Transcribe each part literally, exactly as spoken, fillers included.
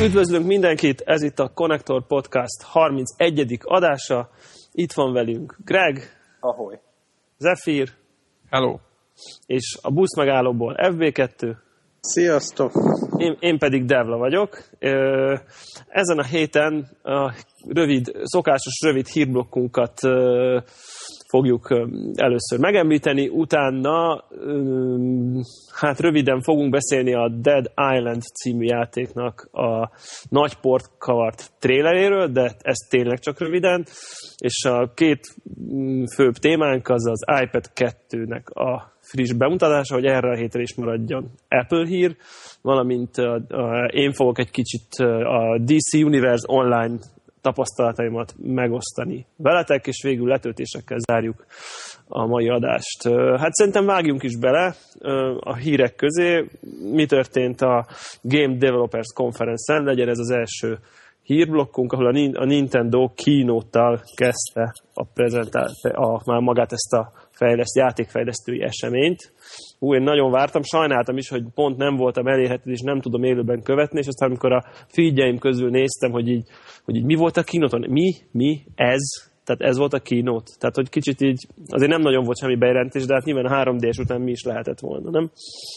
Üdvözlünk mindenkit, ez itt a Connector Podcast harmincegyedik adása. Itt van velünk Greg. Ahoy. Zephyr. Hello. És a busz megállóból ef bé kettő. Sziasztok. Én, én pedig Devla vagyok. Ezen a héten a rövid, szokásos rövid hírblokkunkat fogjuk először megemlíteni, utána hát röviden fogunk beszélni a Dead Island című játéknak a nagy port kavart tréleréről, de ez tényleg csak röviden, és a két főbb témánk az az iPad kettőnek a friss bemutatása, hogy erre a hétre is maradjon Apple hír, valamint a, a, én fogok egy kicsit a dé cé Universe online tapasztalataimat megosztani veletek, és végül letöltésekkel zárjuk a mai adást. Hát szerintem vágjunk is bele a hírek közé. Mi történt a Game Developers Conference-en, legyen ez az első hírblokkunk, ahol a Nintendo keynote-tal kezdte a prezentál, a, már magát ezt a fejleszt, játékfejlesztői eseményt. Hú, én nagyon vártam, sajnáltam is, hogy pont nem voltam elérhető, és nem tudom élőben követni, és aztán amikor a feedjeim közül néztem, hogy így, hogy így mi volt a keynote-on, mi, mi, ez, tehát ez volt a keynote. Tehát, hogy kicsit így, azért nem nagyon volt semmi bejelentés, de hát nyilván a három dés után mi is lehetett volna, nem?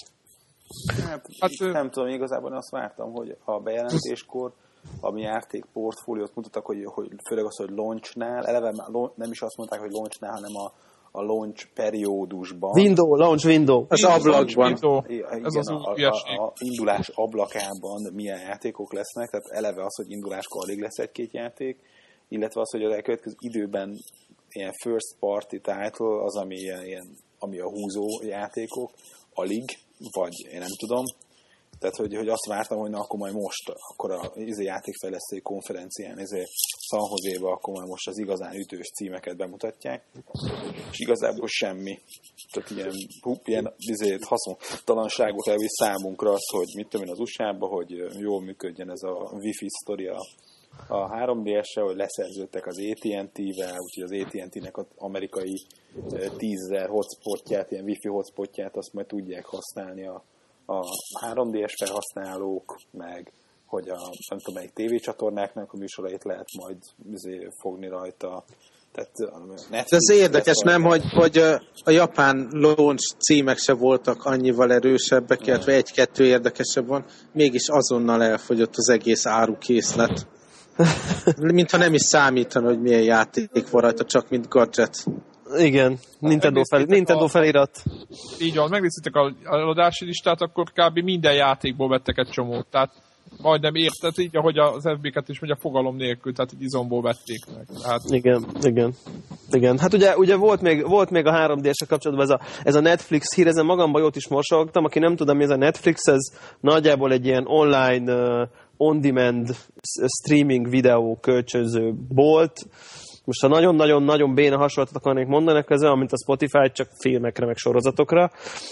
Hát, hát nem tudom, igazából azt vártam, hogy a bejelentéskor ami játék portfóliót mutattak, hogy, hogy főleg az, hogy launchnál, eleve nem is azt mondták, hogy launchnál, hanem a a launch periódusban. Window, launch window. Az ablakban. Igen, Ez az a, a, a indulás ablakában milyen játékok lesznek, tehát eleve az, hogy induláskor alig lesz egy-két játék, illetve az, hogy az elkövetkező időben ilyen first party title, az, ami, ilyen, ami a húzó játékok, alig, vagy én nem tudom. Tehát, hogy, hogy azt vártam, hogy na, akkor majd most, akkor a izé játékfejlesztői konferencián, izé San Jose-ba, akkor majd most az igazán ütős címeket bemutatják, és igazából semmi. Tehát ilyen, hú, ilyen izé, haszontalanságot elvisz számunkra az, hogy mit tudom én az u es á-ba, hogy jól működjen ez a Wi-Fi sztoria a három dé es-re, hogy leszerződtek az á té és té-vel, úgyhogy az á té és té-nek az amerikai tízezer hotspotját, ilyen Wi-Fi hotspotját, azt majd tudják használni a a három dé es felhasználók, meg hogy a nem tudom, melyik tévécsatornáknak a műsorait lehet majd fogni rajta. Tehát Netflix, ez érdekes, nem, hogy, hogy a japán launch címek se voltak annyival erősebbek, illetve egy-kettő érdekesebb van, mégis azonnal elfogyott az egész árukészlet. Mintha nem is számítana, hogy milyen játék van rajta, csak mint gadget. Igen, Nintendo, fel, Nintendo felirat. Így van, megnéztétek a eladási listát, akkor kb. Minden játékból vettek egy csomót. Tehát majdnem érted, így ahogy az ef bé kettő is mondja, fogalom nélkül, tehát egy izomból vették meg. Tehát... Igen, igen. Igen. Hát ugye, ugye volt, még, volt még a három dé es-sel kapcsolatban ez a, ez a Netflix hír, ezen magamban jót is mosologtam, aki nem tudom, mi ez a Netflix, ez nagyjából egy ilyen online uh, on-demand streaming videó kölcsönző bolt. Most ha nagyon-nagyon-nagyon béna hasonlatot akarnék mondani, ez olyan, mint a Spotify, csak filmekre, meg sorozatokra.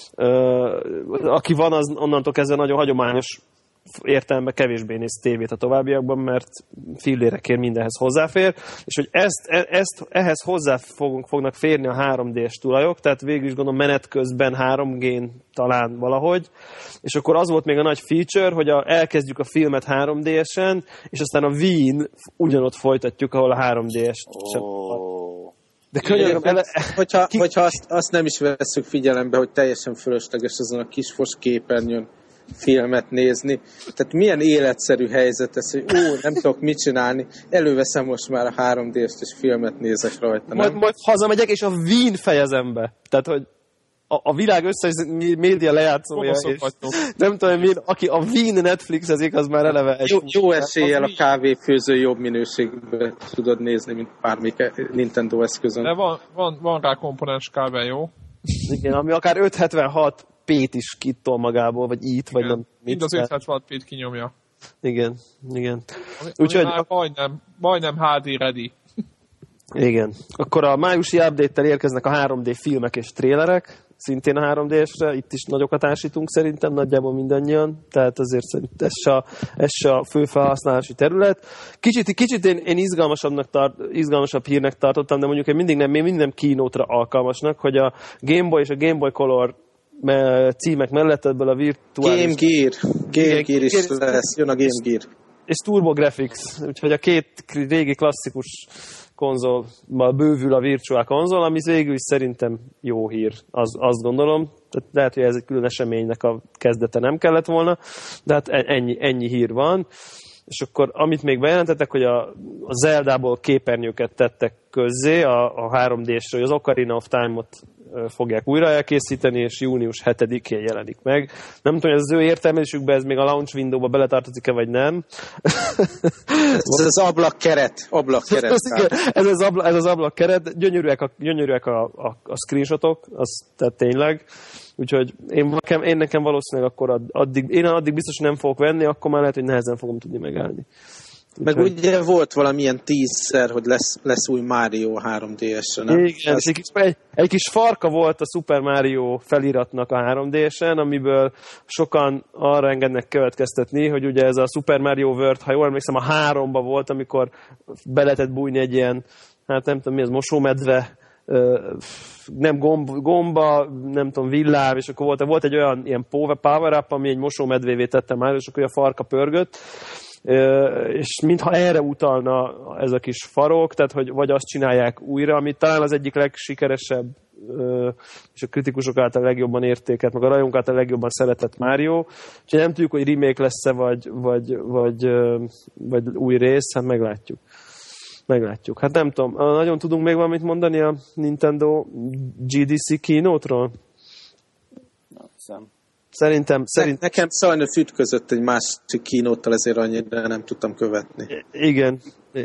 Aki van, az onnantól kezdve nagyon hagyományos értelemben kevésbé néz tévét a továbbiakban, mert fillérekért mindenhez hozzáfér, és hogy ezt, ezt, ehhez hozzá fogunk, fognak férni a három dé es tulajok, tehát végül is gondolom menet közben három gén talán valahogy, és akkor az volt még a nagy feature, hogy a, elkezdjük a filmet három dé esen, és aztán a Wii-n ugyanott folytatjuk, ahol a három dé es oh. De könyöröm, ele... hogyha, ki... hogyha azt, azt nem is veszük figyelembe, hogy teljesen fölösleges azon a kis fos képernyőn filmet nézni. Tehát milyen életszerű helyzet ez, hogy ó, nem tudok mit csinálni, előveszem most már a három dé est és filmet nézek rajta, nem? Majd, majd hazamegyek, és a Wii-n fejezem be. Tehát, hogy a, a világ összes média lejátszója, és nem tudom, mi, aki a Wii-n Netflixezik, az már eleve egy... Jó, jó eséllyel a kávéfőző jobb minőségben tudod nézni, mint bármelyik Nintendo eszközön. De van, van, van rá komponens kávé, jó? Igen, ami akár ötszázhetvenhat pét is kittol magából, vagy itt, vagy nem. Mind az ötszázhetvenhat pét kinyomja. Igen, igen. Ami, Úgyhogy ami majdnem, majdnem há dé ready. Igen. Akkor a májusi update-tel érkeznek a három dé filmek és trélerek, szintén a három dé esre, itt is nagyokat ásítunk szerintem, nagyjából mindannyian, tehát azért szerintem ez se a, ez se a fő felhasználási terület. Kicsit, kicsit én, én izgalmasabbnak tart, izgalmasabb hírnek tartottam, de mondjuk én mindig nem, még mindig nem keynote-ra alkalmasnak, hogy a Game Boy és a Game Boy Color címek mellett ebből a virtuális... Game Gear. Game Gear is lesz, jön a Game Gear. és TurboGrafx, úgyhogy a két régi klasszikus konzolmal bővül a Virtual konzol, ami végül is szerintem jó hír, az, azt gondolom. Tehát lehet, hogy ez egy külön eseménynek a kezdete nem kellett volna, de hát ennyi, ennyi hír van. És akkor amit még bejelentettek, hogy a, a Zeldából képernyőket tettek közzé a, a három dé-sről, hogy az Ocarina of Time-ot fogják újra elkészíteni, és június hetedikén jelenik meg. Nem tudom, hogy az ő értelmezésükben ez még a launch window-ba beletartozik-e, vagy nem. Ez az ablak-keret. Ablak-keret. ez, az ablak, ez az ablak-keret. Gyönyörűek a, gyönyörűek a, a, a screenshotok, az, tehát tényleg. Úgyhogy én, nekem, én nekem valószínűleg akkor addig, én addig biztos, hogy nem fogok venni, akkor már lehet, hogy nehezen fogom tudni megállni. Meg úgy, ugye volt valamilyen tízszer, hogy lesz, lesz új Mario három dé-esen, nem? Igen, Ezt... egy, kis, egy, egy kis farka volt a Super Mario feliratnak a három dé-esen, amiből sokan arra engednek következtetni, hogy ugye ez a Super Mario World, ha jól emlékszem, a háromba volt, amikor be lehetett bújni egy ilyen, hát nem tudom mi az, mosómedve, nem gomb, gomba, nem tudom, villám, és akkor volt, volt egy olyan ilyen power-up, ami egy mosómedvévé tette már, és akkor a farka pörgött, és mintha erre utalna ez a kis farok, tehát hogy vagy azt csinálják újra, ami talán az egyik legsikeresebb, és a kritikusok által legjobban értékelt, meg a rajongók által legjobban szeretett Mario. Úgyhogy nem tudjuk, hogy remake lesz-e, vagy, vagy, vagy, vagy új rész, hát meglátjuk. Meglátjuk. Hát nem tudom, nagyon tudunk még valamit mondani a Nintendo gé dé cé keynote-ról? Nem hiszem. Szerintem, szerint... Nekem sajnos ütközött egy másik kínóttal, ezért annyira nem tudtam követni. Igen.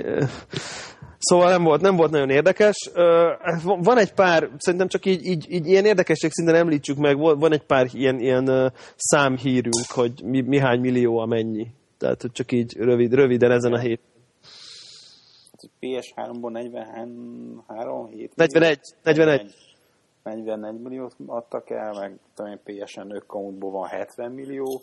Szóval nem volt, nem volt nagyon érdekes. Van egy pár, szerintem csak így, így, így ilyen érdekesség szinten említsük meg, van egy pár ilyen, ilyen számhírünk, hogy mi, mi hány millió a mennyi. Tehát csak így rövid, röviden ezen a hét. pé es háromból negyvenhárom, hét negyvenegy, negyvenegy. negyvenegy milliót adtak el, meg tudom én, pé es en accountból van hetven millió,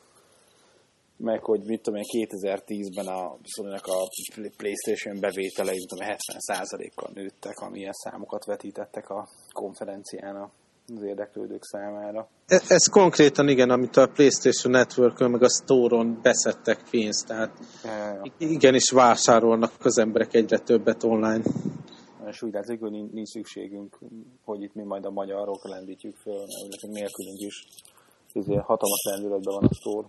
meg hogy mit tudom én, kétezer-tízben a, a PlayStation bevételei hetven százalékkal nőttek, amilyen számokat vetítettek a konferencián az érdeklődők számára. Ez, ez konkrétan igen, amit a PlayStation Network-ön meg a Store-on beszedtek pénzt, tehát ja. Igenis vásárolnak az emberek egyre többet online. És úgy látszik, hogy nincs szükségünk, hogy itt mi majd a magyarok lendítjük föl, mert nélkülünk is ezért hatalmas lendületben van a Store.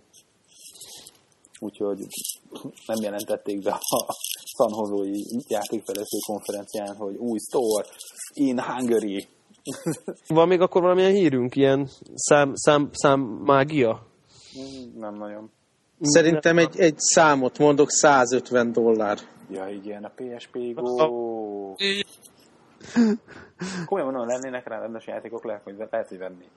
Úgyhogy nem jelentették be a San Jose-i játékfejlesztő konferencián, hogy új Store in Hungary. Van még akkor valamilyen hírünk, ilyen szám, szám, szám mágia? Nem nagyon. Szerintem egy, egy számot mondok, százötven dollár. Ja, igen, a pé es pé Go. Komolyan mondom, lennének rá rendes játékok, lehet, hogy, lehet, hogy vennék.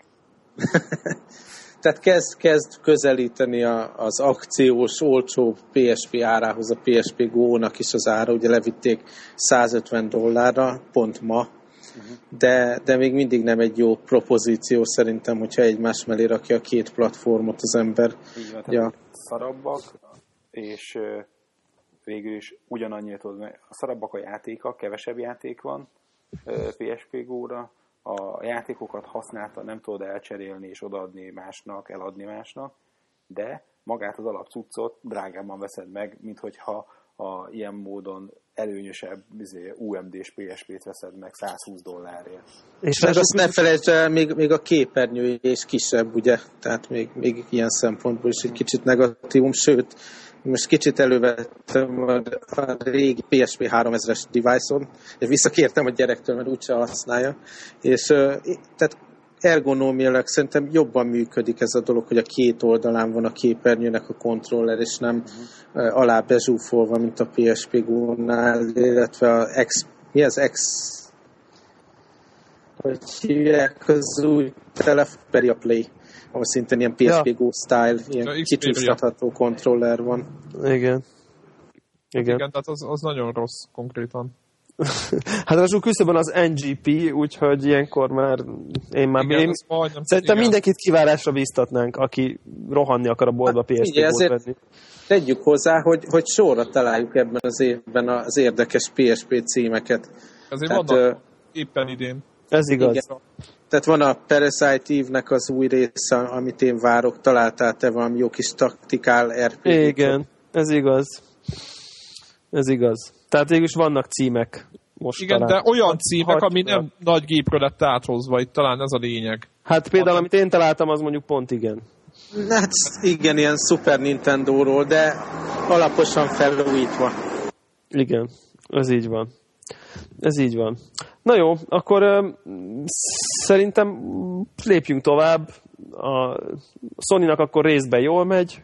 Tehát kezd, kezd közelíteni a, az akciós, olcsó pé es pé árához a pé es pé Go-nak is az ára. Ugye levitték százötven dollárra, pont ma. Uh-huh. De, de még mindig nem egy jó propozíció szerintem, hogyha egymás mellé rakja a két platformot az ember. Így van, ja. Szarabbak, és végül is ugyanannyit tud, a szarabbak a játéka, kevesebb játék van pé es pé Go-ra, a játékokat használta, nem tudod elcserélni és odaadni másnak, eladni másnak, de magát az alapcuccot drágában veszed meg, mint hogyha a ilyen módon előnyösebb u em dés pé es pét veszed meg százhúsz dollárért. És meg azt ne felejtsd el, még, még a képernyő is kisebb, ugye? Tehát még, még ilyen szempontból is egy kicsit negatívum, sőt, most kicsit elővettem a régi pé es pé háromezres device-on, és visszakértem a gyerektől, mert úgyse használja, és tehát ergonómiailag szerintem jobban működik ez a dolog, hogy a két oldalán van a képernyőnek a kontroller, és nem uh-huh. alá bezsúfolva, mint a pé es pé Go-nál, illetve a X, mi az X, hogy hívják az új Xperia Play, ahol szintén ilyen pé es pé ja. Go style, ilyen kicsúsztatható kontroller van. Igen. Igen, Igen tehát az, az nagyon rossz konkrétan. Hát az küszöbön az en gé pé, úgyhogy ilyenkor már én már igen, én, majdnem, szerintem igen. mindenkit kivárásra bíztatnánk, aki rohanni akar a boltba pé es pé Go-t venni. Tegyük hozzá, hogy, hogy sorra találjuk ebben az évben az érdekes pé es pé címeket. Ezért tehát, vannak uh, éppen idén. Ez igaz. Igen. Tehát van a Parasite Eve-nek az új része, amit én várok. Találtál te valami jó kis taktikál er pé gét? Igen. Ez igaz. Ez igaz. Tehát végülis vannak címek most. Igen, talán. de olyan címek, Hat, ami nem nagy gépről lett áthozva, itt talán ez a lényeg. Hát például, amit én találtam, az mondjuk pont igen. Hát igen, ilyen Super Nintendo-ról, de alaposan felújítva. Igen, ez így van. Ez így van. Na jó, akkor uh, szerintem lépjünk tovább. A Sony-nak akkor részben jól megy.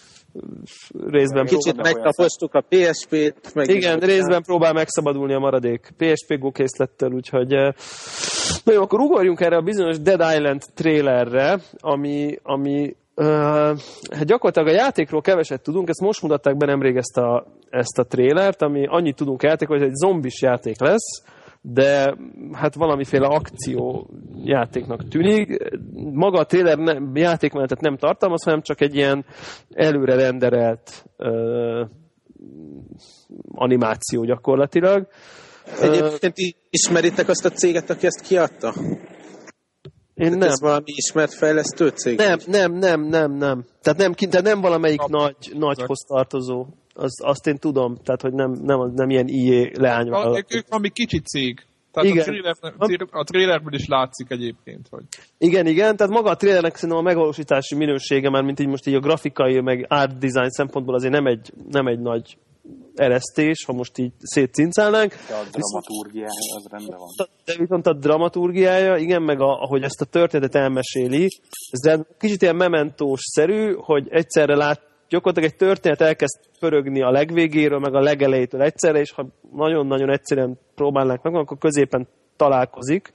Részben Kicsit megkapoztuk a pé es pét. Meg igen, részben próbál megszabadulni a maradék pé es pé Go készlettel, úgyhogy uh, na jó, akkor ugorjunk erre a bizonyos Dead Island trailerre, ami, ami uh, hát gyakorlatilag a játékról keveset tudunk, ezt most mutatták be nemrég ezt a, ezt a trailert, ami annyit tudunk játékról, hogy egy zombis játék lesz, de hát valamiféle akció játéknak tűnik. Maga a trailer nem, játékmenetet nem tartalmaz, hanem csak egy ilyen előre renderelt uh, animáció gyakorlatilag. Egyébként ismeritek azt a céget, aki ezt kiadta? Én nem. Ez valami ismert fejlesztő cég? Nem, nem, nem, nem, nem. Tehát nem, tehát nem valamelyik Kap. nagy, nagyhoz tartozó. Azt, azt én tudom, tehát hogy nem, nem, nem ilyen i á leányvállalat. Ők valami kicsi cég. Tehát igen. A, trailer, a trailerből is látszik egyébként, hogy... Igen, igen, tehát maga a trailernek szerintem a megvalósítási minősége már, mint így most így a grafikai, meg art design szempontból azért nem egy, nem egy nagy eresztés, ha most így szétcincálnánk. De a dramaturgiája az rendben van. De viszont a dramaturgiája, igen, meg a, ahogy ezt a történetet elmeséli, ez kicsit ilyen mementós-szerű, hogy egyszerre lát, gyakorlatilag egy történet elkezd pörögni a legvégéről, meg a legelejétől egyszerre, és ha nagyon-nagyon egyszerűen próbálnánk meg, akkor középen találkozik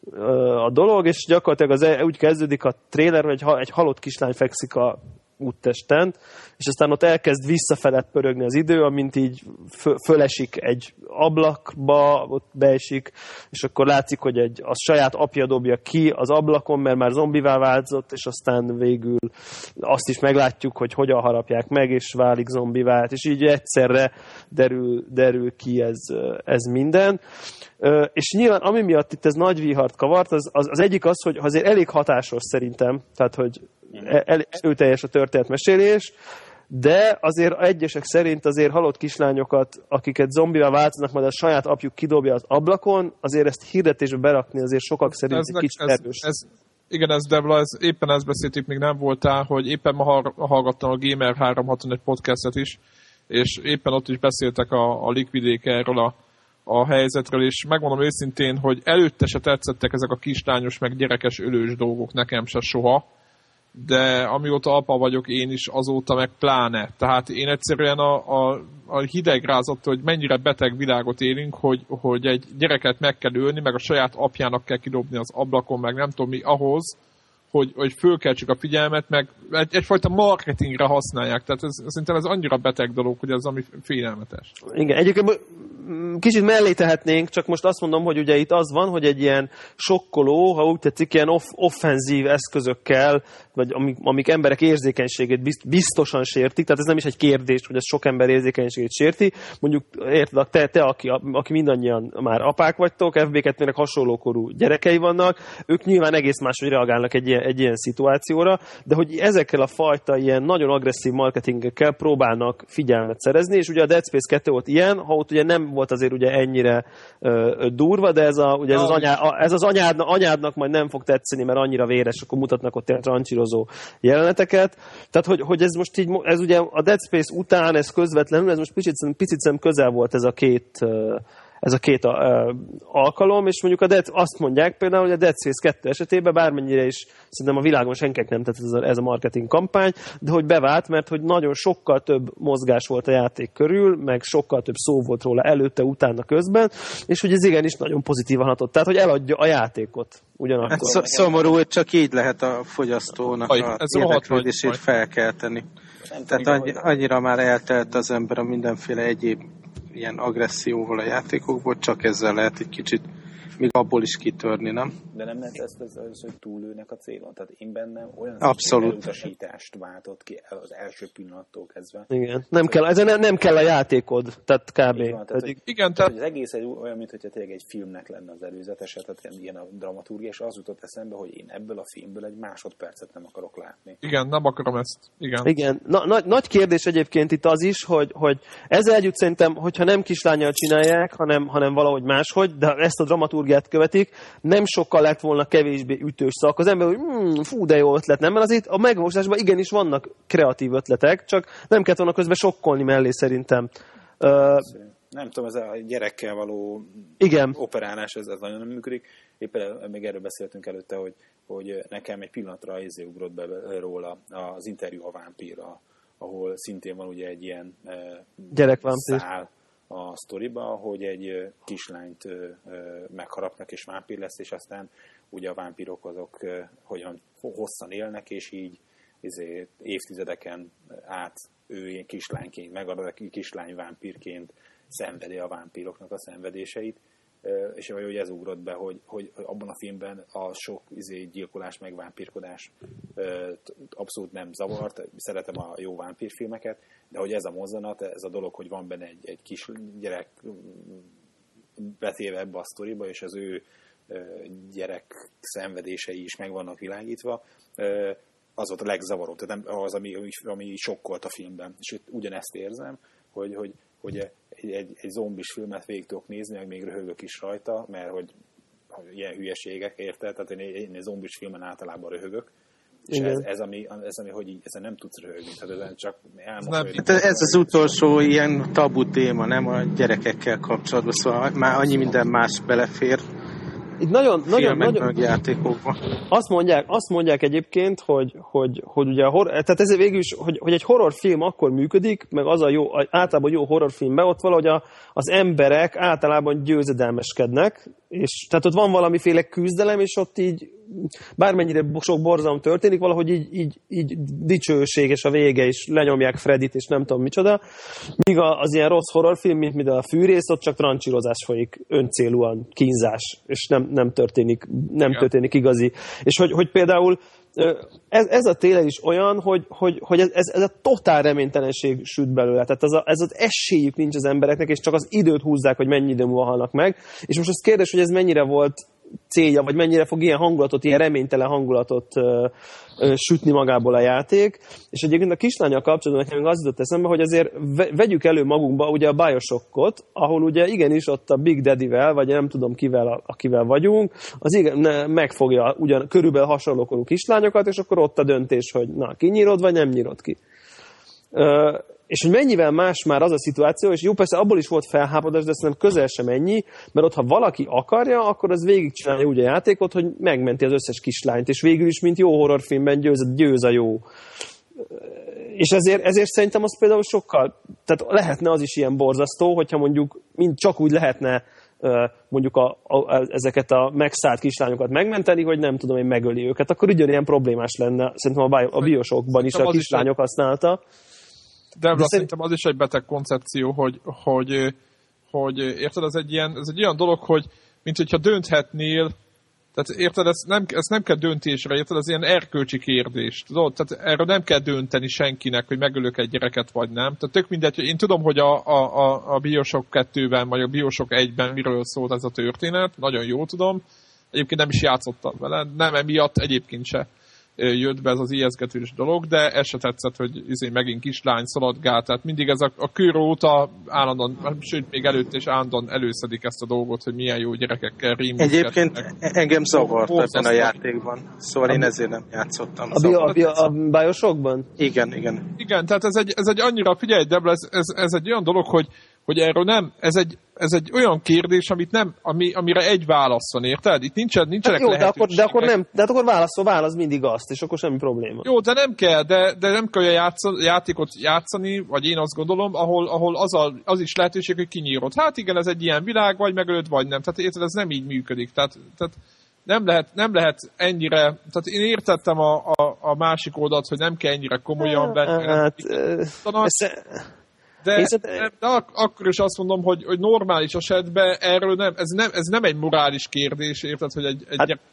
a dolog, és gyakorlatilag az úgy kezdődik a trailer, hogy egy halott kislány fekszik a úttesten, és aztán ott elkezd visszafele pörögni az idő, amint így fö- fölesik egy ablakba, ott beesik, és akkor látszik, hogy egy, a saját apja dobja ki az ablakon, mert már zombivá változott, és aztán végül azt is meglátjuk, hogy hogyan harapják meg, és válik zombivá, és így egyszerre derül, derül ki ez, ez minden. És nyilván, ami miatt itt ez nagy vihart kavart, az, az, az egyik az, hogy azért elég hatásos szerintem, tehát, hogy el, erőteljes a történetmesélés, de azért egyesek szerint azért halott kislányokat, akiket zombival változnak, majd a saját apjuk kidobja az ablakon, azért ezt hirdetésbe berakni azért sokak szerint ez, egy kicsit ez, erős. Ez, igen, ez Devla, ez, éppen ezt beszéltük, még nem voltál, hogy éppen ma hallgattam a Gamer háromszázhatvanegy podcastet is, és éppen ott is beszéltek a, a Liquidék erről a a helyzetről, és megmondom őszintén, hogy előtte se tetszettek ezek a kislányos, meg gyerekes ölős dolgok, nekem se soha, de amióta apa vagyok én is, azóta meg pláne. Tehát én egyszerűen a, a, a hideg rázott, hogy mennyire beteg világot élünk, hogy, hogy egy gyereket meg kell ölni, meg a saját apjának kell kidobni az ablakon, meg nem tudom mi, ahhoz, hogy, hogy fölkeltsük a figyelmet, meg egy, egyfajta marketingre használják. Tehát ez, szerintem ez annyira beteg dolog, hogy ez ami félelmetes. Igen, egyébként kicsit mellé tehetnénk, csak most azt mondom, hogy ugye itt az van, hogy egy ilyen sokkoló, ha úgy tetszik, ilyen off- offenzív eszközökkel, vagy amik, amik emberek érzékenységét biztosan sértik, tehát ez nem is egy kérdés, hogy ez sok ember érzékenységét sérti. Mondjuk, érted, te, te aki, aki mindannyian már apák vagytok, ef bé kettőnek hasonlókorú gyerekei vannak, ők nyilván egész máshogy reagálnak egy ilyen, egy ilyen szituációra, de hogy ezekkel a fajta ilyen nagyon agresszív marketingekkel próbálnak figyelmet szerezni, és ugye a Dead Space kettő volt ilyen, ha ott ugye nem volt azért ugye ennyire ö, durva, de ez, a, ugye ez az, anyá, a, ez az anyádnak, anyádnak majd nem fog tetszeni, mert annyira véres, akkor mutatnak ott ilyen trancsírozó jeleneteket. Tehát, hogy, hogy ez most így, ez ugye a Dead Space után, ez közvetlenül, ez most picit, picit szem közel volt ez a két ez a két uh, alkalom, és mondjuk a Dead, azt mondják például, hogy a Dead Space kettő esetében bármennyire is szerintem a világon senkinek nem tett ez a, ez a marketing kampány, de hogy bevált, mert hogy nagyon sokkal több mozgás volt a játék körül, meg sokkal több szó volt róla előtte, utána, közben, és hogy ez igenis nagyon pozitívan hatott. Tehát, hogy eladja a játékot ugyanakkor. Hát sz- szomorú, hogy csak így lehet a fogyasztónak Aj, a érdeklődését felkelteni. Tehát annyi, annyira már eltelt az ember a mindenféle egyéb ilyen agresszióval a játékokból, csak ezzel lehet egy kicsit még abból is kitörni, nem? De nem lehet ezt, ezt, ezt, hogy túllőnek a célon? Tehát én bennem olyan elutasítást váltott ki az első pillanattól kezdve. Igen, nem kell, ez nem, nem kell a játékod, tehát kb. Van, tehát, Pedig... hogy, igen, tehát... az egész egy, olyan, mintha tényleg egy filmnek lenne az előzetese, tehát ilyen a dramaturgia, és az jutott eszembe, hogy én ebből a filmből egy másodpercet nem akarok látni. Igen, nem akarom ezt. Igen. Igen. Na, nagy, nagy kérdés egyébként itt az is, hogy, hogy ezzel együtt szerintem, hogyha nem kislánnyal csinálják, hanem, hanem valahogy máshogy, de ezt a dramaturgiát követik, nem sokkal lett volna kevésbé ütős szak. Az ember, hogy hmm, fú, de jó ötlet, nem? Mert azért a megvalósításban igenis vannak kreatív ötletek, csak nem kellett volna közben sokkolni mellé szerintem. Uh, nem tudom, ez a gyerekkel való igen. operálás, ez, ez nagyon nem működik. Éppen még erről beszéltünk előtte, hogy, hogy nekem egy pillanatra izé ugrott be róla az interjú a vámpírra, ahol szintén van ugye egy ilyen gyerekvámpír szál a sztoriba, hogy egy kislányt megharapnak és vámpír lesz, és aztán ugye a vámpírok azok hogyan hosszan élnek, és így izé, évtizedeken át ő ilyen kislányként, megad a kislány vámpírként szenvedi a vámpíroknak a szenvedéseit, és hogy ez ugrott be, hogy, hogy abban a filmben a sok izé, gyilkolás meg vámpírkodás abszolút nem zavart, szeretem a jó vámpírfilmeket, de hogy ez a mozzanat, ez a dolog, hogy van benne egy, egy kis gyerek betéve ebbe a sztoriba, és az ő gyerek szenvedései is meg vannak világítva, az volt a legzavaróbb, tehát nem az, ami, ami sokkolt a filmben. És itt ugyanezt érzem, hogy, hogy, hogy egy, egy, egy zombis filmet végig tudok nézni, meg még röhögök is rajta, mert hogy, hogy ilyen hülyeségek, érted? Tehát én, én egy zombis filmen általában röhögök, és ez, ez, ami, ez, ami, hogy így, ezen nem tudsz röhögni, tehát ezen csak elmosolyodni. Ez az utolsó ilyen tabu téma, nem a gyerekekkel kapcsolatban, szóval már annyi minden más belefér. Itt nagyon, nagyon, nagyon játékokban. Azt mondják, azt mondják egyébként, hogy, hogy, hogy ugye a horror, tehát ez végül is, hogy, hogy egy horrorfilm akkor működik, meg az a jó, általában jó horrorfilmben, ott valahogy a, az emberek általában győzedelmeskednek, és tehát ott van valamiféle küzdelem, és ott így bármennyire sok borzalom történik, valahogy így, így, így dicsőséges a vége, és lenyomják Freddyt, és nem tudom micsoda. Míg az ilyen rossz horrorfilm, mint mint a Fűrész, ott csak trancsírozás folyik, öncélúan kínzás, és nem, nem történik, nem ja. történik igazi. És hogy, hogy például ez, ez a télen is olyan, hogy, hogy, hogy ez, ez a totál reménytelenség süt belőle. Tehát ez, a, ez az esélyük nincs az embereknek, és csak az időt húzzák, hogy mennyi idő múlva halnak meg. És most az kérdés, hogy ez mennyire volt célja, vagy mennyire fog ilyen hangulatot, ilyen reménytelen hangulatot ö, ö, sütni magából a játék. És egyébként a kislánnyal kapcsolatban nekem az jutott eszembe, hogy azért vegyük elő magunkba ugye a Bioshockot, ahol ugye igenis ott a Big Daddy-vel, vagy nem tudom kivel, akivel vagyunk, az igen, megfogja ugyan körülbelül hasonlókorú kislányokat, és akkor ott a döntés, hogy na, kinyírod, vagy nem nyírod ki. Ö, És hogy mennyivel más már az a szituáció, és jó, persze abból is volt felháborodás, de szerintem közel sem ennyi, mert ott, ha valaki akarja, akkor az végigcsinálja úgy a játékot, hogy megmenti az összes kislányt, és végül is, mint jó horrorfilmben győz, győz a jó. És ezért, ezért szerintem az például sokkal, tehát lehetne az is ilyen borzasztó, hogyha mondjuk mind csak úgy lehetne mondjuk a, a, ezeket a megszállt kislányokat megmenteni, hogy nem tudom én megöli őket, akkor ugyanilyen problémás lenne, szerintem a, a Bioshockban is a kislányok használta. De, de szerintem az is egy beteg koncepció, hogy, hogy, hogy érted, ez egy, ilyen, ez egy olyan dolog, hogy mint hogyha dönthetnél, tehát érted, ez nem, ez nem kell döntésre, érted, ez ilyen erkölcsi kérdés, tudod? Tehát erről nem kell dönteni senkinek, hogy megölök egy gyereket, vagy nem. Tehát tök mindegy, hogy én tudom, hogy a, a, a Bioshock kettőben, vagy a Bioshock egyben miről szólt ez a történet, nagyon jól tudom. Egyébként nem is játszottam vele, nem emiatt egyébként se jött be ez az ijesztgetős dolog, de ez se tetszett, hogy izé megint kislány szaladgál, tehát mindig ez a, a kör óta állandóan, sőt még előtt is állandóan előszedik ezt a dolgot, hogy milyen jó gyerekekkel rímüket. Egyébként engem zavart ebben a játékban, szóval én ezért nem játszottam. A, bio, a, bio, a Bioshockban? Igen, igen. Igen, tehát ez egy, ez egy annyira, figyelj Debla, ez, ez, ez egy olyan dolog, hogy hogy erről nem, ez egy, ez egy olyan kérdés, amit nem, ami, amire egy válasz van, érted? Itt nincsen, nincsenek hát jó, lehetőségek. De akkor, de akkor nem, de akkor válaszol, válasz mindig azt, és akkor semmi probléma. Jó, de nem kell, de, de nem kell olyan játszani, játékot játszani, vagy én azt gondolom, ahol, ahol az, a, az is lehetőség, hogy kinyírod. Hát igen, ez egy ilyen világ, vagy megölöd, vagy nem. Tehát érted, ez nem így működik. Tehát, tehát nem lehet, nem lehet ennyire, tehát én értettem a, a, a másik oldalt, hogy nem kell ennyire komolyan venni. Hát, De, de, de ak- akkor is azt mondom, hogy, hogy normális esetben erről nem ez, nem, ez nem egy morális kérdés, érted, hogy egy... egy hát,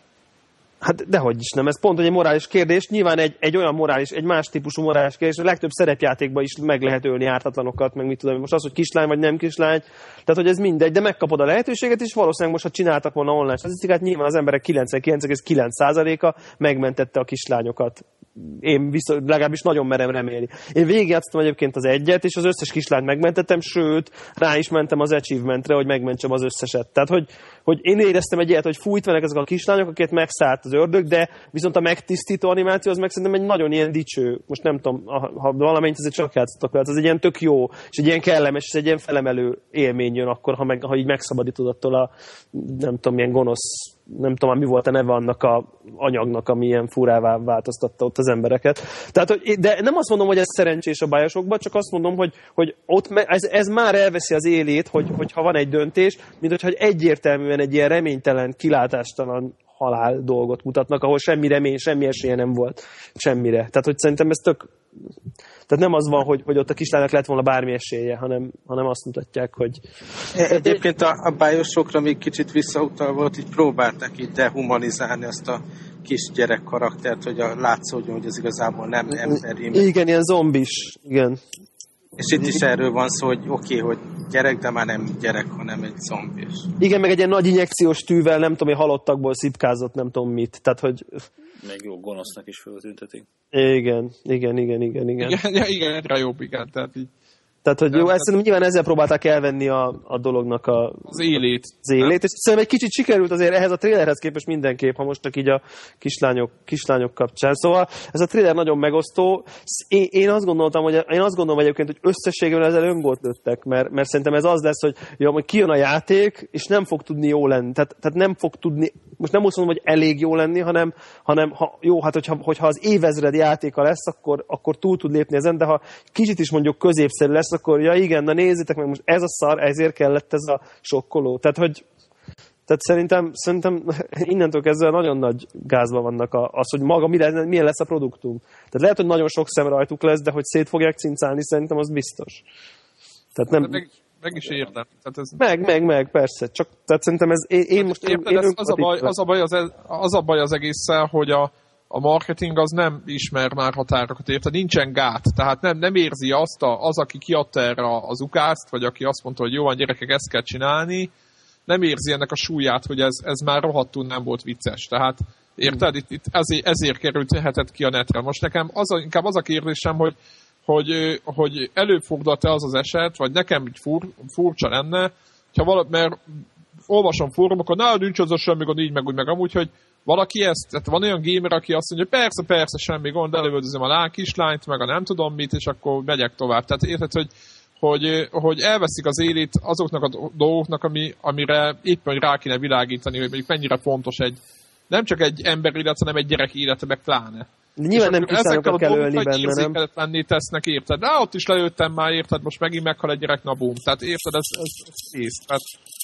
hát dehogy is nem, ez pont egy morális kérdés. Nyilván egy, egy olyan morális, egy más típusú morális kérdés, a legtöbb szerepjátékban is meg lehet ölni ártatlanokat, meg mit tudom, most az, hogy kislány vagy nem kislány, tehát hogy ez mindegy, de megkapod a lehetőséget, és valószínűleg most, ha csináltak volna online statisztikát, nyilván az emberek kilencvenkilenc egész kilenc százaléka megmentette a kislányokat. Én viszont legalábbis nagyon merem remélni. Én végigjátszottam egyébként az egyet, és az összes kislányt megmentettem, sőt, rá is mentem az achievementre, hogy megmentsem az összeset. Tehát, hogy, hogy én éreztem egy ilyet, hogy fújtvenek ezek a kislányok, akiket megszállt az ördög, de viszont a megtisztító animáció az meg szerintem egy nagyon ilyen dicső. Most nem tudom, ha valamennyit azért csak játszottak vele, az egy ilyen tök jó, és egy ilyen kellemes, és egy ilyen felemelő élmény jön akkor, ha, meg, ha így megszabadítod attól a nem tudom, milyen gonosz, nem tudom, mi volt a neve annak a anyagnak, ami ilyen furává változtatta ott az embereket. Tehát, hogy, de nem azt mondom, hogy ez szerencsés a Bioshockban, csak azt mondom, hogy, hogy ott ez, ez már elveszi az élét, hogy, hogyha van egy döntés, mint hogyha egyértelműen egy ilyen reménytelen, kilátástalan halál dolgot mutatnak, ahol semmi remény, semmi esélye nem volt semmire. Tehát, hogy szerintem ez tök... Tehát nem az van, hogy, hogy ott a kislánynak lett volna bármi esélye, hanem, hanem azt mutatják, hogy... Egyébként a, a Bioshockra még kicsit visszautalva volt, így próbálták így dehumanizálni azt a kisgyerek karaktert, hogy a, látszódjon, hogy ez igazából nem emberi. Igen, ilyen zombis, igen. És itt is erről van szó, hogy oké, okay, hogy gyerek, de már nem gyerek, hanem egy zombis. Igen, meg egy ilyen nagy injekciós tűvel, nem tudom, hogy halottakból szipkázott, nem tudom mit. Tehát, hogy... Meg jó gonosznak is föltüntetik. Igen, igen, igen, igen, igen. Igen, ja, igen, egyre jobb, igen, tehát így. Tehát, hogy jó, ezt nyilván ezzel próbálták elvenni a, a dolognak a, az élét. Az élét, és szerintem egy kicsit sikerült azért ehhez a trailerhez képest mindenképp, ha most csak így a kislányok, kislányok kapcsán. Szóval ez a trailer nagyon megosztó. Én, én azt gondoltam, hogy én azt gondolom egyébként, hogy összességében ezzel öngolt lőttek, mert, mert szerintem ez az lesz, hogy jó, hogy kijön a játék, és nem fog tudni jó lenni. Tehát, tehát nem fog tudni, most nem azt mondom, hogy elég jó lenni, hanem, hanem ha, jó, hát hogyha, hogyha az évezred játéka lesz, akkor, akkor túl tud lépni ezen, de ha kicsit is mondjuk középszerű lesz, akkor ja igen, na nézzétek meg, most ez a szar, ezért kellett ez a sokkoló. Tehát, hogy tehát szerintem, szerintem innentől kezdve nagyon nagy gázban vannak a, az, hogy maga milyen, milyen lesz a produktum. Tehát lehet, hogy nagyon sok szem rajtuk lesz, de hogy szét fogják cincálni, szerintem az biztos. Tehát nem... Meg, meg is értem. Tehát ez... Meg, meg, meg, persze. Csak, tehát szerintem ez, én, én most... Érted, én, én az, a baj, az, a baj az, az a baj az egésszel, hogy a A marketing az nem ismer már határokat, érted? Nincsen gát, tehát nem, nem érzi azt, a, az, aki kiadta erre az ukázt, vagy aki azt mondta, hogy jó van, gyerekek, ezt kell csinálni, nem érzi ennek a súlyát, hogy ez, ez már rohadtul nem volt vicces. Tehát, érted? Itt, itt ezért, ezért kerülhetett ki a netre. Most nekem az a, inkább az a kérdésem, hogy, hogy, hogy előfordult-e az az eset, vagy nekem így fur, furcsa lenne, ha valami, mert olvasom fórumokon, na, nincs az a semmi gond, így meg úgy meg amúgy, hogy valaki ezt, tehát van olyan gamer, aki azt mondja, hogy persze, persze, semmi gond, elővöldözöm a láng kislányt, meg a nem tudom mit, és akkor megyek tovább. Tehát érted, hogy, hogy, hogy elveszik az élét azoknak a dolgoknak, ami, amire éppen hogy rá kéne világítani, hogy mondjuk mennyire fontos egy, nem csak egy ember élet, hanem egy gyerek élete, meg pláne. De nyilván nem kiszályokat kell ölni benne, nem? Lenni tesznek, érted? De ott is lelőttem már, érted? Most megint meghal egy gyerek, na bum. Tehát érted, ez, ez, ez kész. Tehát,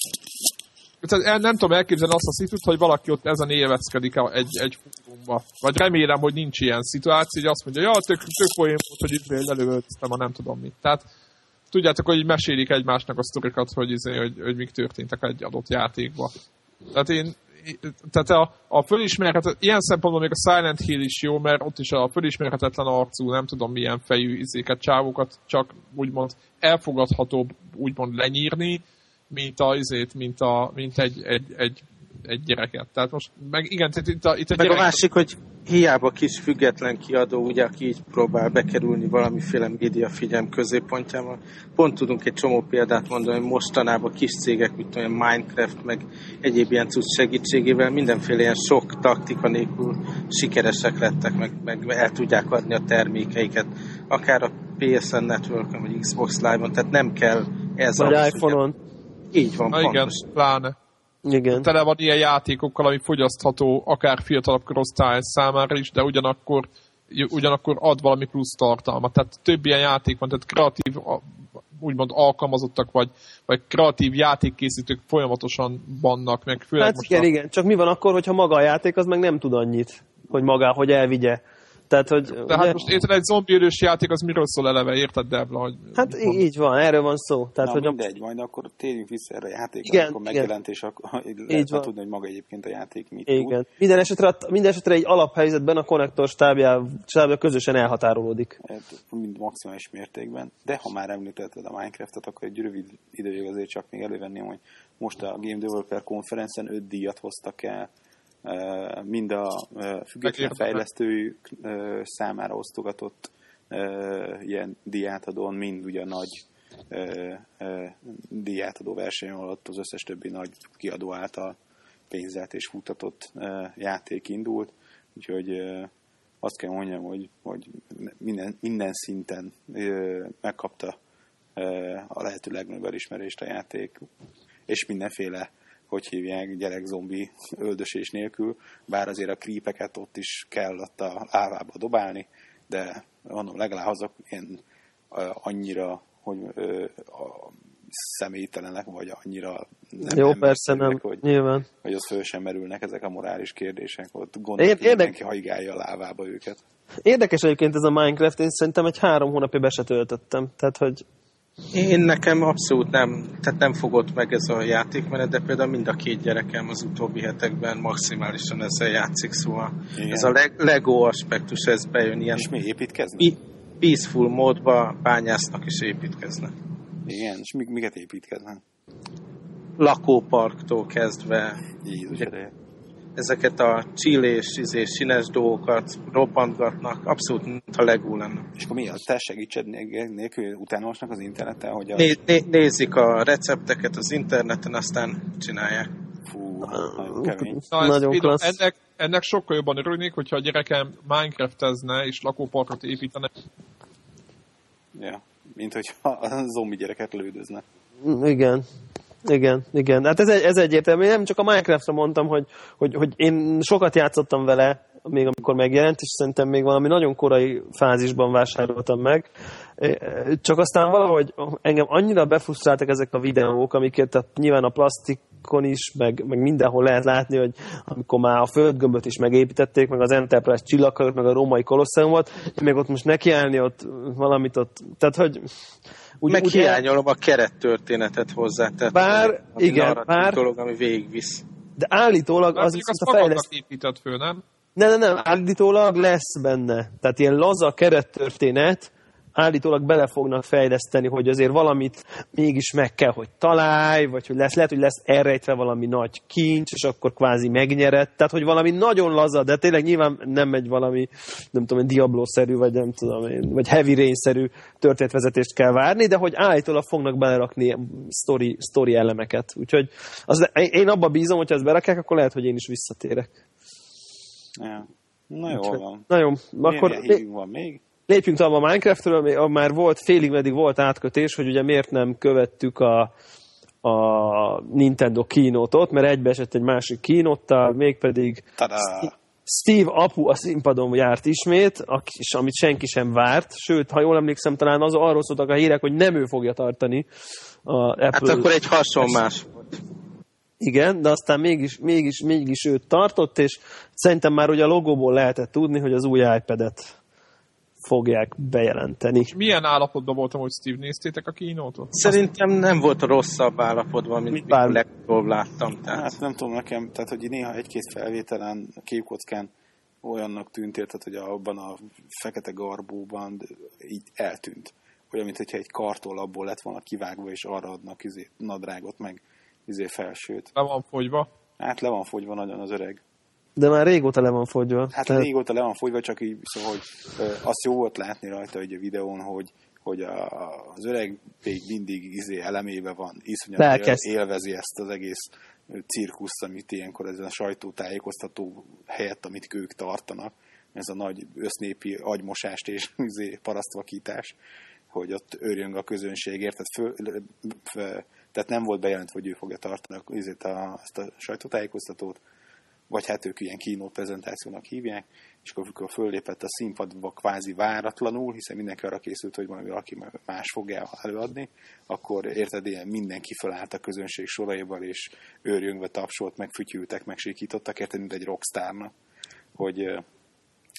tehát nem tudom elképzelni azt a szitut, hogy valaki ott ezen élvezkedik egy, egy fórumba. Vagy remélem, hogy nincs ilyen szituáció, hogy azt mondja, ja, tök, tök olyan volt, hogy itt lelőttem, a nem tudom mit. Tehát tudjátok, hogy mesélik egymásnak a sztorikat, hogy, izé, hogy, hogy mik történtek egy adott játékban. Tehát én tehát a, a fölismerhetetlen, ilyen szempontból még a Silent Hill is jó, mert ott is a fölismerhetetlen arcú, nem tudom milyen fejű izéket, csávokat csak úgymond elfogadhatóbb úgymond lenyírni, mint a izét, mint, a, mint egy, egy, egy, egy gyereket. Tehát most, meg igen, itt a, itt a meg gyerek... a másik, hogy hiába kis független kiadó, ugye, aki így próbál bekerülni valamiféle média figyelm középpontjával. Pont tudunk egy csomó példát mondani, hogy mostanában kis cégek, mint olyan Minecraft, meg egyéb ilyen cucc segítségével mindenféle ilyen sok taktika nélkül sikeresek lettek, meg, meg el tudják adni a termékeiket. Akár a pé es en Network-on, vagy Xbox Live-on, tehát nem kell ez vagy a... iPhone-on. Így van, Na igen, pláne. Igen. Tele van ilyen játékokkal, ami fogyasztható akár fiatalabb korosztály számára is, de ugyanakkor, ugyanakkor ad valami plusz tartalmat. Tehát több ilyen játék van, tehát kreatív, úgymond alkalmazottak, vagy, vagy kreatív játékkészítők folyamatosan vannak, meg főleg hát most igen, a... igen, csak mi van akkor, hogyha maga a játék az meg nem tud annyit, hogy maga, hogy elvigye. Tehát, hogy, de ugye, hát most érted, egy zombiölős játék az miről szól eleve, érted, Debla? Hogy hát így van, erről van szó. Tehát, Na hogy mindegy, a... majd akkor térjünk vissza erre a játékra, igen, amikor megjelent, és akkor lehetne tudni, hogy maga egyébként a játék mit igen. tud. Minden esetre, minden esetre egy alaphelyzetben a konnektor stábja, stábja közösen elhatárolódik. Hát, mind maximális mértékben. De ha már említetted a Minecraftot, akkor egy rövid időig azért csak még elővenném, hogy most a Game Developer Conference-en öt díjat hoztak el, mind a független fejlesztők számára osztogatott ilyen díjátadón, mind ugye a nagy díjátadó verseny alatt az összes többi nagy kiadó által pénzelt és futtatott játék indult. Úgyhogy azt kell mondjam, hogy, hogy minden, minden szinten megkapta a lehető legnagyobb elismerést a játék, és mindenféle, hogy hívják, gyerek zombi öldösés nélkül, bár azért a creepeket ott is kellett a lávába dobálni, de mondom, legalább azok ilyen annyira, hogy a személytelenek, vagy annyira nem, jó, nem persze nem, hogy, nyilván. hogy az föl sem merülnek ezek a morális kérdések, ott gondolom, hogy mindenki haigálja a lávába őket. Érdekes egyébként ez a Minecraft, én szerintem egy három hónapja be se töltöttem, tehát hogy én nekem abszolút nem, tehát nem fogott meg ez a játékmenet, de például mind a két gyerekem az utóbbi hetekben maximálisan ezzel játszik, szóval igen. Ez a Lego aspektus, ez bejön ilyen... És mi építkeznek? Peaceful módba bányásznak és építkeznek. Igen, és mi, miket építkeznek? Lakóparktól kezdve. Jézus ugye, ezeket a csillés, izés, színes dolgokat robbantgatnak, abszolút mint a Lego lenne. És akkor mi az? Te segítsed nélkül utánolvasnak az interneten? Hogy a... né, né, nézik a recepteket az interneten, aztán csinálják. Fú, nagyon kemény. Na, nagyon klassz. Ennek, ennek sokkal jobban örülnék, hogyha a gyerekem Minecraftezne és lakóparkot építene. Ja, mint hogyha a zombi gyereket lődözne. Igen. Igen, igen. Hát ez, egy, ez egyértelmű. Én nem csak a Minecraftra mondtam, hogy, hogy, hogy én sokat játszottam vele, még amikor megjelent, és szerintem még valami nagyon korai fázisban vásároltam meg. Csak aztán valahogy engem annyira befrusztráltak ezek a videók, amiket tehát nyilván a plastikon is, meg, meg mindenhol lehet látni, hogy amikor már a földgömböt is megépítették, meg az Enterprise csillaghajót, meg a római kolosszeumot, én még ott most nekiállni ott valamit ott, tehát hogy úgy, meg ugye, hiányolom a kerettörténetet hozzá, tehát bár, igen, bár, dolog, ami végigvisz. De állítólag az viszont a fejlesztő épített föl, nem? Nem, nem, nem, állítólag lesz benne. Tehát ilyen laza kerettörténet, állítólag bele fognak fejleszteni, hogy azért valamit mégis meg kell, hogy találj, vagy hogy lesz, lehet, hogy lesz elrejtve valami nagy kincs, és akkor kvázi megnyerett. Tehát, hogy valami nagyon laza, de tényleg nyilván nem egy valami, nem tudom, Diablo-szerű, vagy nem tudom én, vagy Heavy Rain-szerű történetvezetést kell várni, de hogy állítólag fognak belerakni story, story elemeket. Úgyhogy az, én abba bízom, hogyha ezt berakják, akkor lehet, hogy én is visszatérek. Ja. Na jó van. Na jó, akkor van még? Lépjünk tovább a Minecraftről, már volt, félig meddig volt átkötés, hogy ugye miért nem követtük a, a Nintendo keynote-ot, mert egybeesett egy másik keynote-tal, mégpedig Tada! Steve apu a színpadon járt ismét, amit senki sem várt, sőt, ha jól emlékszem, talán az, arról szóltak a hírek, hogy nem ő fogja tartani a Apple. Hát akkor egy hasonlás volt. Igen, de aztán mégis, mégis, mégis őt tartott, és szerintem már ugye a logóból lehetett tudni, hogy az új iPad-et fogják bejelenteni. És milyen állapotban voltam, hogy Steve, néztétek a keynote-ot? Szerintem nem volt rosszabb állapotban, mint mikor legjobban láttam. Tehát. Hát nem tudom nekem, tehát hogy néha egy-két felvételen, a képkockán olyannak tűnt, érted, hogy abban a fekete garbóban így eltűnt. Olyan, mintha egy kartolapból lett volna kivágva, és arra adnak izé, nadrágot, meg izé felsőt. Le van fogyva? Hát le van fogyva nagyon az öreg. De már régóta le van fogyva. Hát tehát... régóta le van fogyva, csak így, szóval, hogy ö, azt jó volt látni rajta hogy a videón, hogy, hogy a, az öreg még mindig izé elemébe van, iszonyat él, élvezi ezt az egész cirkuszt, amit ilyenkor ezen a sajtótájékoztató helyett, amit ők tartanak, ez a nagy össznépi agymosást és izé, parasztvakítás, hogy ott őrjöng a közönségért, tehát, föl, föl, tehát nem volt bejelentve, hogy ő fogja tartani izé, a, ezt a sajtótájékoztatót, vagy hát ők ilyen keynote prezentációnak hívják, és akkor föllépett a színpadba kvázi váratlanul, hiszen mindenki arra készült, hogy majd valaki más fogja előadni, akkor érted, ilyen mindenki fölállt a közönség soraival, és őrjöngve tapsolt, meg fütyültek, meg sikítottak, érted, mint egy rockstárnak, hogy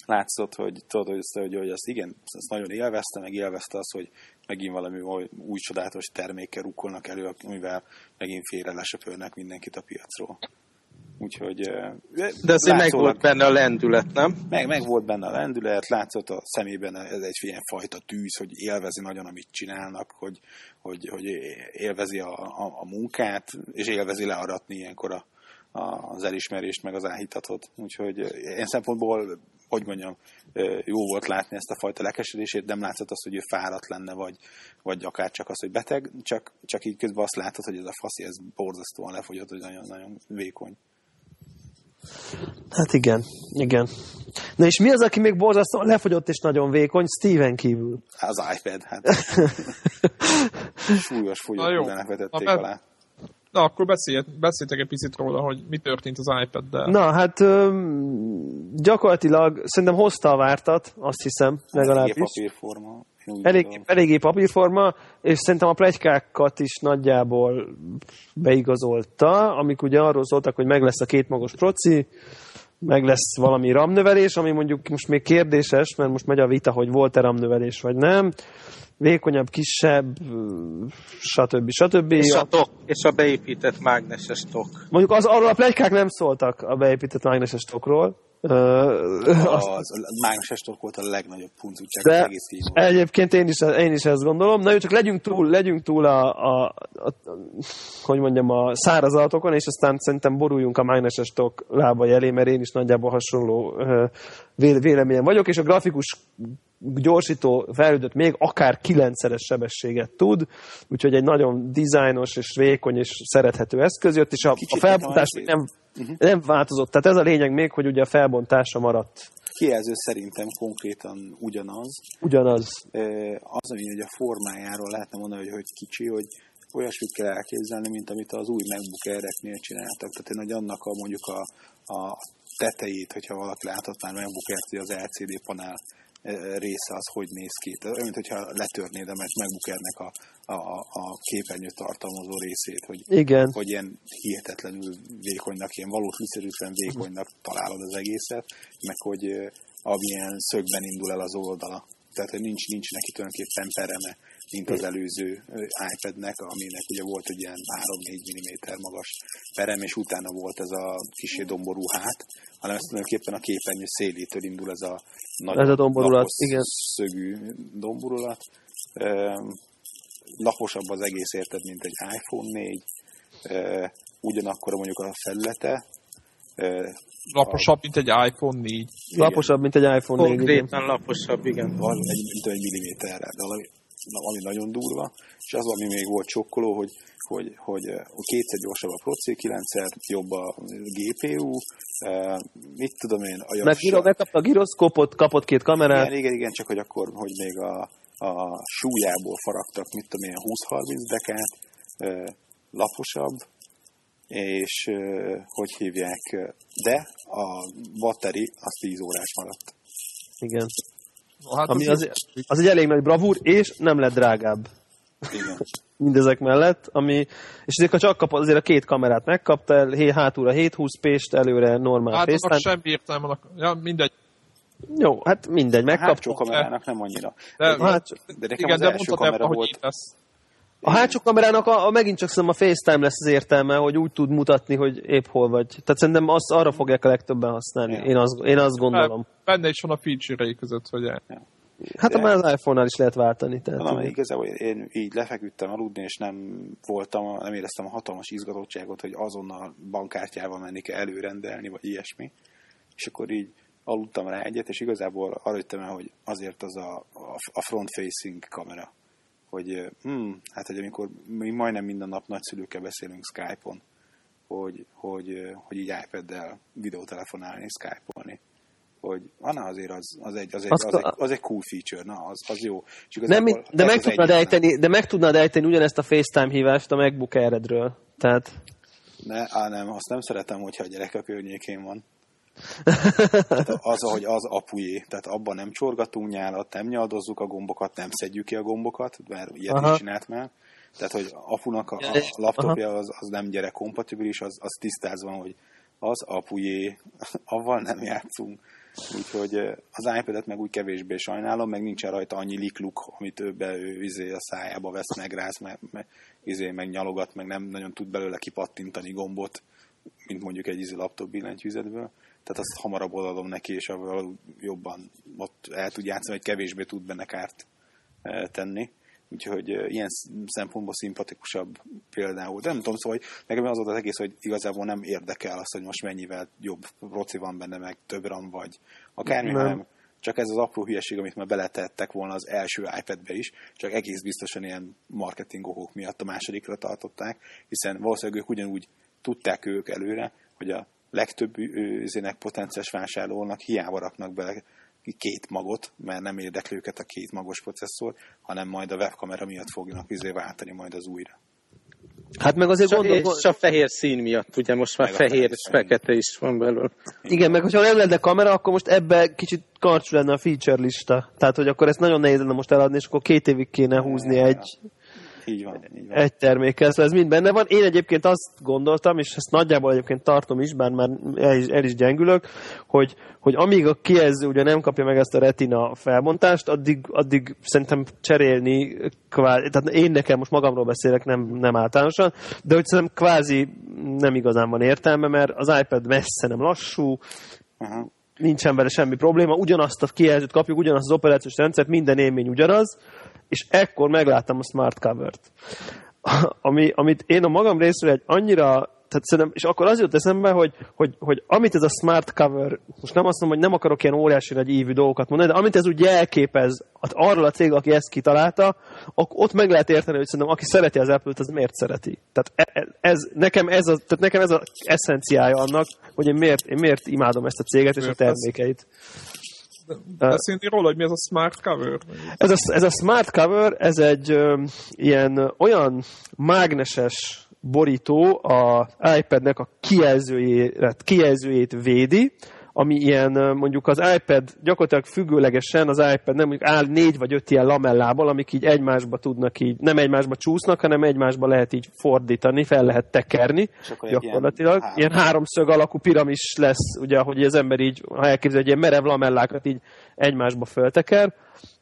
látszott, hogy tudod, hogy, hogy, hogy azt igen, azt nagyon élvezte, meg élvezte az, hogy megint valami új csodálatos termékkel rukkolnak elő, amivel megint félre lesöpörnek mindenkit a piacról. Úgyhogy... De azért meg volt benne a lendület, nem? Meg, meg volt benne a lendület, látszott a szemében ez egy ilyen fajta tűz, hogy élvezi nagyon, amit csinálnak, hogy, hogy, hogy élvezi a, a, a munkát, és élvezi learatni ilyenkor a, a, az elismerést, meg az áhítatot. Úgyhogy ilyen szempontból, hogy mondjam, jó volt látni ezt a fajta lelkesedését, nem látszott azt, hogy ő fáradt lenne, vagy, vagy akár csak az, hogy beteg, csak, csak így közben azt látod, hogy ez a faszi, ez borzasztóan lefogyott, hogy nagyon-nagyon vékony. Hát igen, igen. Na és mi az, aki még borzasztóan lefogyott és nagyon vékony? Steven kívül. Az iPad, hát. Súlyos fogyókúrának vetették na, alá. Na, akkor beszélt, beszéltek egy picit róla, hogy mi történt az iPad-del. Na, hát öm, gyakorlatilag szerintem hozta a vártat, azt hiszem, legalábbis. Eléggé papírforma. Elég, eléggé papírforma, és szerintem a pletykákat is nagyjából beigazolta, amik ugye arról szóltak, hogy meg lesz a két magos proci, meg lesz valami RAM-növelés, ami mondjuk most még kérdéses, mert most megy a vita, hogy volt-e RAM-növelés vagy nem. Vékonyabb, kisebb, stb. stb. És a tok, és a beépített mágneses tok. Mondjuk az, arról a pletykák nem szóltak a beépített mágneses tokról. Uh, az, az mágneses tok volt a legnagyobb puncutság az egész tímon. Egyébként én is, én is ezt gondolom. Na jó, csak legyünk túl, legyünk túl a, a, a, a, hogy mondjam, a száraz adatokon, és aztán szerintem boruljunk a mágneses tok lábai elé, mert én is nagyjából hasonló uh, véleményen vagyok, és a grafikus gyorsító fejlődött még akár kilencszeres sebességet tud, úgyhogy egy nagyon dizájnos és vékony és szerethető eszköz jött, és a, a felbontás nem, uh-huh. nem változott. Tehát ez a lényeg még, hogy ugye a felbontása maradt. Kijelző szerintem konkrétan ugyanaz. Ugyanaz. Az, ami hogy a formájáról lehetne mondani, hogy, hogy kicsi, hogy olyasmit kell elképzelni, mint amit az új MacBook Air-eknél csináltak. Tehát én, hogy annak a mondjuk a, a tetejét, hogyha valaki látott már MacBook Air-t, hogy az el cé dé panel része az hogy néz ki. Tehát olyan, mintha letörnéd a MacBook Air-nek a, a, a képernyőt tartalmazó részét, hogy, igen. hogy ilyen hihetetlenül vékonynak, ilyen valószínűszerűen vékonynak találod az egészet, meg hogy amilyen szögben indul el az oldala. Tehát, hogy nincs, nincs neki tulajdonképpen pereme, mint az előző iPadnek, aminek ugye volt egy ilyen három-négy milliméter magas perem, és utána volt ez a kisé domború hát, hanem ez tulajdonképpen a képernyő szélétől indul ez a nagy ez a domborulat, igen. szögű domborulat. Laposabb az egész, érted, mint egy iPhone négy, ugyanakkor mondjuk a felülete. Laposabb, mint egy iPhone négy. Igen. Laposabb, mint egy iPhone négy. Konkrétan laposabb, igen. Van egy, mint egy milliméterre, de valami, valami nagyon durva. És az, ami még volt sokkoló, hogy, hogy, hogy kétszer gyorsabb a proci, kilencszer jobb a gé pé u, uh, mit tudom én... A Meg gyro, megkapta a giroszkópot, kapott két kamerát. Igen, igen, igen, csak hogy akkor, hogy még a, a súlyából faragtak, mit tudom én, húsz-harminc dekát, uh, laposabb, és uh, hogy hívják, de a batteri az tíz órás maradt. Igen. No, hát ami az, az egy elég nagy bravúr, és nem lett drágább. Igen. Mindezek mellett, ami, és azért csak kapod, azért a két kamerát megkapta, hátulra hétszázhúsz pést, előre normál hát FaceTime. Hát semmi értelme vannak, ja, mindegy. Jó, hát mindegy, megkapta. A hátsó kamerának nem annyira. De, de, hát, de nekem igen, az de első kamera ebben, volt... A hátsó kamerának a, a megint csak szerintem a FaceTime lesz az értelme, hogy úgy tud mutatni, hogy épp hol vagy. Tehát szerintem azt arra fogják a legtöbben használni. Ja. Én, azt, én azt gondolom. Benne is van a feature-ei között, hogy el. Ja. Hát már az iPhone-nál is lehet váltani. Tehát na, igazából én így lefeküdtem aludni, és nem voltam, nem éreztem a hatalmas izgatottságot, hogy azonnal bankkártyával menni kell előrendelni, vagy ilyesmi. És akkor így aludtam rá egyet, és igazából arra jöttem el, hogy azért az a, a front-facing kamera. Hogy, hmm, hát, hogy amikor mi majdnem minden nap nagyszülőkkel beszélünk Skype-on, hogy, hogy, hogy így iPad-del videótelefonálni, Skype-olni. Hogy na, azért az, az, egy, az, egy, az, egy, az egy cool feature, na, az, az jó. Nem, de, meg tudnád ejteni, de meg tudnád ejteni ugyanezt a FaceTime hívást a MacBook Air-edről. Tehát... Ne, á, nem, azt nem szeretem, hogyha a gyerek a környékén van. Az, ahogy az apujé. Tehát abban nem csorgatunk nyálat, nem nyaldozzuk a gombokat, nem szedjük ki a gombokat, mert ilyet aha. is csinált már. Tehát, hogy apunak a, a laptopja az, az nem gyerek kompatibilis, az, az tisztázva, hogy az apujé, avval nem játszunk. Úgyhogy az iPad-et meg úgy kevésbé sajnálom, meg nincsen rajta annyi likluk, amit ő be ő izé a szájába vesz, meg ráz, meg, meg, izé, meg nyalogat, meg nem nagyon tud belőle kipattintani gombot, mint mondjuk egy izé laptop billentyűzetből. Tehát azt hamarabb odaadom neki, és avval jobban ott el tud játszani, hogy kevésbé tud benne kárt tenni. Úgyhogy ilyen szempontból szimpatikusabb például. De nem tudom, szóval, hogy nekem az volt az egész, hogy igazából nem érdekel az, hogy most mennyivel jobb proci van benne, meg több RAM vagy akármi, hanem csak ez az apró hülyeség, amit már beletettek volna az első iPad-be is, csak egész biztosan ilyen marketing okok miatt a másodikra tartották, hiszen valószínűleg ők ugyanúgy tudták ők előre, hogy a legtöbb őzének potenciális vásárlónak hiába raknak bele két magot, mert nem érdekli őket a két magos processzor, hanem majd a webkamera miatt fognak izé váltani majd az újra. Hát meg azért gondolom, és a fehér szín miatt, ugye most már fehér, fehér és fekete is van belőle. Igen, meg hogyha nem lenne kamera, akkor most ebbe kicsit karcsú lenne a feature lista. Tehát, hogy akkor ezt nagyon nehéz lenne most eladni, és akkor két évig kéne húzni egy... Így van, így van. Egy termékkel, szóval ez mind benne van. Én egyébként azt gondoltam, és ezt nagyjából egyébként tartom is, bár már el is, el is gyengülök, hogy, hogy amíg a kijelző ugye nem kapja meg ezt a retina felbontást, addig, addig szerintem cserélni, kvázi, tehát én nekem most magamról beszélek, nem, nem általánosan, de hogy szerintem kvázi nem igazán van értelme, mert az iPad messze nem lassú, uh-huh. nincsen vele semmi probléma, ugyanazt a kijelzőt kapjuk, ugyanazt az operációs rendszert, minden élmény ugyanaz, és ekkor megláttam a smart cover-t. Ami, amit én a magam részről egy annyira, tehát szerintem, és akkor az jött eszembe, hogy, hogy, hogy amit ez a smart cover, most nem azt mondom, hogy nem akarok ilyen óriási nagy ívű dolgokat mondani, de amit ez úgy jelképez arról a cég, aki ezt kitalálta, ott meg lehet érteni, hogy szerintem aki szereti az Apple-t, az miért szereti. Tehát ez, nekem ez a, tehát nekem ez az eszenciája annak, hogy én miért, én miért imádom ezt a céget és a termékeit. Beszélni róla, hogy mi ez a smart cover? Ez a, ez a smart cover, ez egy ö, ilyen olyan mágneses borító az iPadnek a kijelzőjét, kijelzőjét védi, ami ilyen mondjuk az iPad gyakorlatilag függőlegesen az iPad nem mondjuk áll négy vagy öt ilyen lamellából, amik így egymásba tudnak így, nem egymásba csúsznak, hanem egymásba lehet így fordítani, fel lehet tekerni gyakorlatilag. Ilyen, ilyen háromszög alakú piramis lesz, ugye, hogy az ember így, ha elképzel, hogy ilyen merev lamellákat így egymásba fölteker,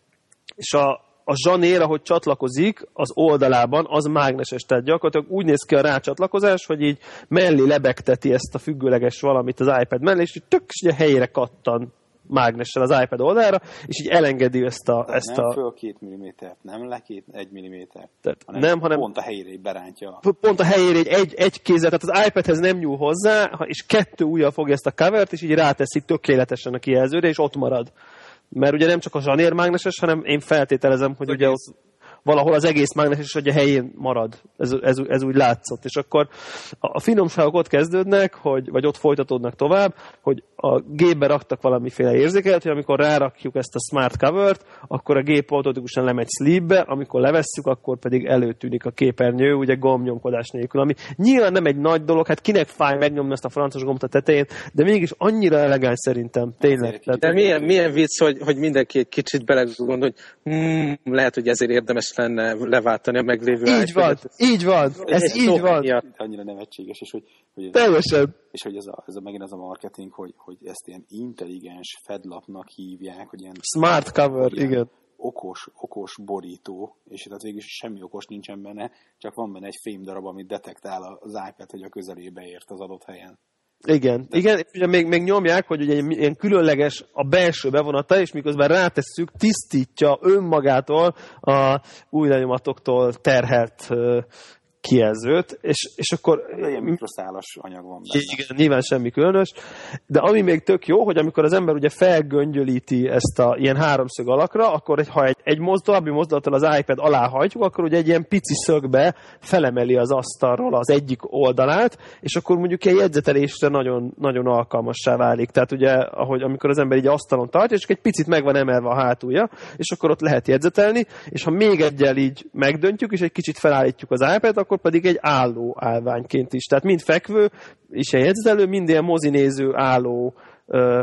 és a a zsanér, ahogy csatlakozik az oldalában, az mágneses. Tehát gyakorlatilag úgy néz ki a rácsatlakozás, hogy így mellé lebegteti ezt a függőleges valamit az iPad mellé, és tök a helyére kattan mágnessel az iPad oldalára, és így elengedi ezt a... Tehát ezt nem a... föl két millimétert, nem le két, egy millimétert, hanem, nem, hanem pont a helyére berántja. Pont a helyére egy, egy, egy kézzel, tehát az iPadhez nem nyúl hozzá, és kettő ujjal fogja ezt a covert, és így ráteszik tökéletesen a kijelzőre, és ott marad. Mert ugye nem csak a zsanér mágneses, hanem én feltételezem, hogy ugye ott valahol az egész mágneses, hogy a helyén marad. Ez, ez, ez úgy látszott. És akkor a finomságok ott kezdődnek, hogy, vagy ott folytatódnak tovább, hogy a gépbe raktak valamiféle érzékelet, hogy amikor rárakjuk ezt a smart covert, akkor a gép automatikusan lemegy sleepbe, amikor levesszük, akkor pedig előtűnik a képernyő, ugye gombnyomkodás nélkül. Ami nyilván nem egy nagy dolog, hát kinek fáj megnyomni ezt a francos gombot a tetején, de mégis annyira elegáns szerintem, tényleg. De milyen, milyen vicc, hogy, hogy mindenki egy kicsit belegondol, hogy hmm, lehet, hogy ezért érdemes lenne leváltani a meglévő Így van, így van, ez, ez így van. Miatt. Annyira nevetséges, és hogy, hogy teljesen. És hogy ez, a, ez a, megint az a marketing, hogy, hogy ezt ilyen intelligens fedlapnak hívják, hogy ilyen smart cover, ilyen igen. Okos, okos borító, és tehát végül semmi okos nincsen benne, csak van benne egy fémdarab, amit detektál az iPad, hogy a közelébe ért az adott helyen. Igen, de... igen, és ugye még, még nyomják, hogy ugye ilyen különleges a belső bevonata, és miközben rátesszük, tisztítja önmagától a új lenyomatoktól terhelt uh, kijelzőt, és, és akkor... Ilyen mikroszálas anyag van benne. Igen, nyilván semmi különös, de ami még tök jó, hogy amikor az ember ugye felgöngyölíti ezt a ilyen háromszög alakra, akkor ha egy, egy további mozdulattal az iPad alá hajtjuk, akkor ugye egy ilyen pici szögbe felemeli az asztalról az egyik oldalát, és akkor mondjuk egy jegyzetelésre nagyon, nagyon alkalmassá válik. Tehát ugye, ahogy amikor az ember így asztalon tartja, és egy picit meg van emelve a hátulja, és akkor ott lehet jegyzetelni, és ha még egyel így megdöntjük, és egy kicsit felállítjuk az iPad, akkor pedig egy álló állványként is. Tehát mind fekvő, és egy jegyzetelő, mind ilyen mozinéző, álló ö,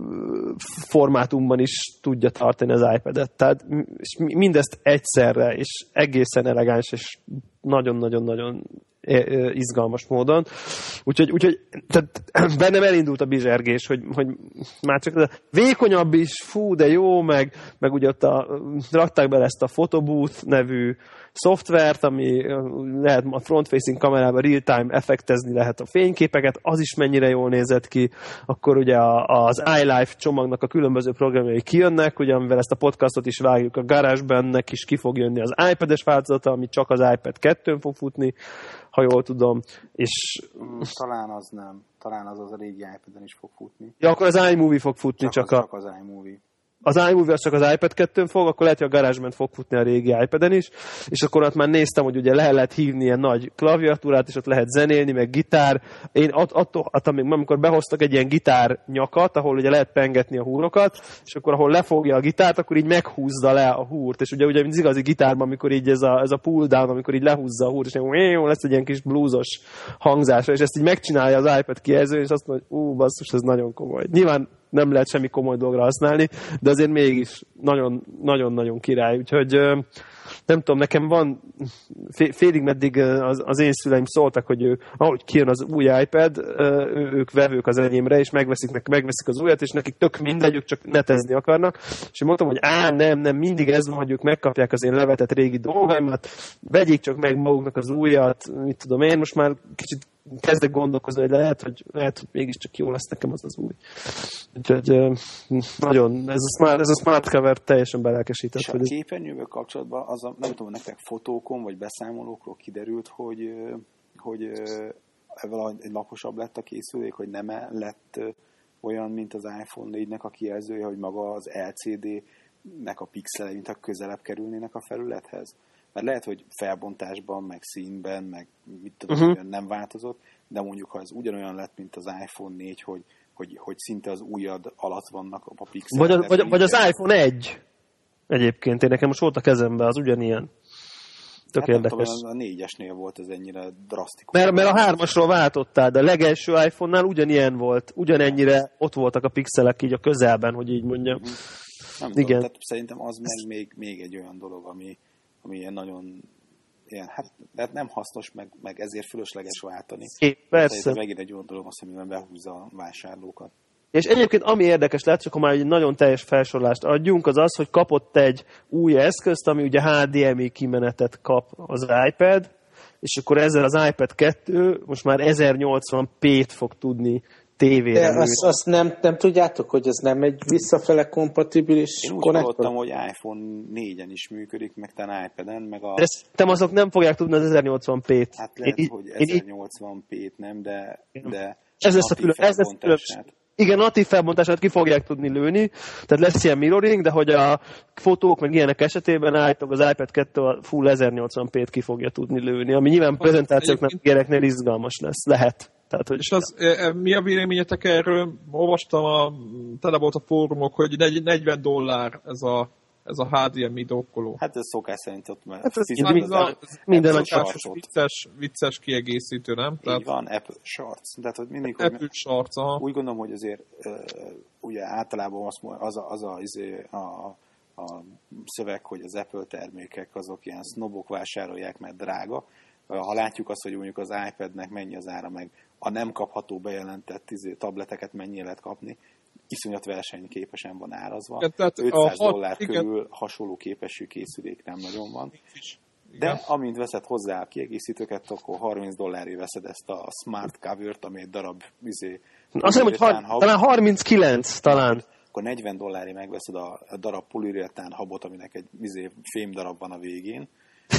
formátumban is tudja tartani az iPad-et. Tehát és mindezt egyszerre, és egészen elegáns, és nagyon-nagyon-nagyon izgalmas módon. Úgyhogy, úgyhogy tehát bennem elindult a bizsergés, hogy, hogy már csak vékonyabb is, fú, de jó, meg, meg ugye ott a, rakták bele ezt a Photobooth nevű szoftvert, ami lehet a front-facing kamerában real-time effektezni lehet a fényképeket, az is mennyire jól nézett ki, akkor ugye az iLife csomagnak a különböző programjai kijönnek, ugye amivel ezt a podcastot is vágjuk, a GarageBandnek is ki fog jönni az iPad-es változata, ami csak az iPad kettőn fog futni, ha jól tudom, és... Talán az nem, talán az az a régi iPad-en is fog futni. Ja, akkor az iMovie fog futni, csak, csak, az, a... csak az iMovie. Az iMovie az csak az iPad kettőn fog, akkor lehet, hogy a GarageBand fog futni a régi iPad-en is, és akkor ott már néztem, hogy ugye le lehet hívni ilyen nagy klaviatúrát, és ott lehet zenélni, meg gitár. Én att, attól, attól még, amikor behoztak egy ilyen gitár nyakat, ahol ugye lehet pengetni a húrokat, és akkor ahol lefogja a gitárt, akkor így meghúzza le a húrt. És ugye, ugye mint az igazi gitárban, amikor így ez a, ez a pull down, amikor így lehúzza a húrt, és így lesz egy ilyen kis bluesos hangzásra, és ezt így megcsinálja az iPad kijelző, és azt mondja, hogy ú, basszus, ez nagyon komoly. Nyilván nem lehet semmi komoly dolgra használni, de azért mégis nagyon-nagyon király. Úgyhogy nem tudom, nekem van félig meddig az, az én szüleim szóltak, hogy ő, ahogy kijön az új iPad, ők vevők az enyémre, és megveszik, megveszik az újat, és nekik tök mindegy, ők csak netezni akarnak. És én mondtam, hogy á, nem, nem, mindig ez van, hogy ők megkapják az én levetett régi dolgaimat, vegyék csak meg maguknak az újat, mit tudom én, most már kicsit kezdek gondolkozni, hogy lehet, hogy, lehet, hogy mégiscsak jó lesz nekem az az új. Úgyhogy nagyon, ez a smart, ez a smart cover teljesen belelkesített. És a képernyővel kapcsolatban, az a, nem tudom, nektek fotókon vagy beszámolókról kiderült, hogy, hogy valahogy laposabb lett a készülék, hogy nem lett olyan, mint az iPhone négynek a kijelzője, hogy maga az el cé dé-nek a pixelei, mint a közelebb kerülnének a felülethez. Mert lehet, hogy felbontásban, meg színben, meg mit tudom, uh-huh. nem változott, de mondjuk, ha ez ugyanolyan lett, mint az iPhone négy, hogy, hogy, hogy szinte az ujjad alatt vannak a pixelek. Vagy, vagy, vagy az iPhone egy egyébként, én nekem most volt a kezemben, az ugyanilyen. Tök hát érdekes. Tudom, a négyesnél volt ez ennyire drasztikus. Mert, mert a hármasról váltottál, de a legelső iPhone-nál ugyanilyen volt, ugyanennyire ott voltak a pixelek így a közelben, hogy így mondjam. Uh-huh. Nem Igen. tudom, tehát szerintem az meg még, még egy olyan dolog, ami ami ilyen nagyon, ilyen, hát, hát nem hasznos, meg, meg ezért fölösleges váltani. É, persze. Tehát megint egy olyan dolog az, amiben behúzza a vásárlókat. És egyébként ami érdekes lehet, csak ha már egy nagyon teljes felsorolást adjunk, az az, hogy kapott egy új eszközt, ami ugye há dé em i kimenetet kap az iPad, és akkor ezzel az iPad kettő most már ezernyolcvan pé-t fog tudni tévére. De azt, azt nem, nem tudjátok, hogy ez nem egy visszafele kompatibilis Én úgy konnektor? hallottam, hogy iPhone négyen is működik, meg talán iPad-en, meg a... De szerintem azok nem fogják tudni az ezernyolcvan pé-t. Hát lehet, én, hogy ezernyolcvan pé-t nem, de, de ez lesz a külön, ez lesz a különbség. Igen, natív felbontását ki fogják tudni lőni, tehát lesz ilyen mirroring, de hogy a fotók meg ilyenek esetében állítólag az iPad kettő a full ezernyolcvan pé-t ki fogja tudni lőni, ami nyilván prezentációknak gyereknél izgalmas lesz, lehet. Tehát, hogy... És az, e, mi a véleményetek erről? Olvastam, a, tele volt a fórumok, hogy negyven dollár ez a, ez a há dé em i dokkoló. Hát ez szokás szerint ott már... Hát ez minden, minden, minden, minden a szokásos vicces, vicces kiegészítő, nem? Így Tehát, van, Apple Shorts. Tehát, hogy mindig, Apple hogy Shorts, aha. Úgy gondolom, hogy azért uh, ugye általában az, az, a, az a, a, a, a szöveg, hogy az Apple termékek azok ilyen sznobok vásárolják, mert drága. Ha látjuk azt, hogy mondjuk az iPadnek mennyi az ára, meg a nem kapható bejelentett tableteket mennyi lehet kapni, iszonyat versenyképesen van árazva. Igen, tehát ötszáz dollár igen. körül hasonló képesű készülék nem nagyon van. De amint veszed hozzá a kiegészítőket, akkor harminc dollárért veszed ezt a Smart Cover-t, ami egy darab izé, azt hiszem, hogy har- talán harminckilenc talán. Akkor negyven dollárért megveszed a, a darab poliuretán habot, aminek egy izé, fém darab van a végén.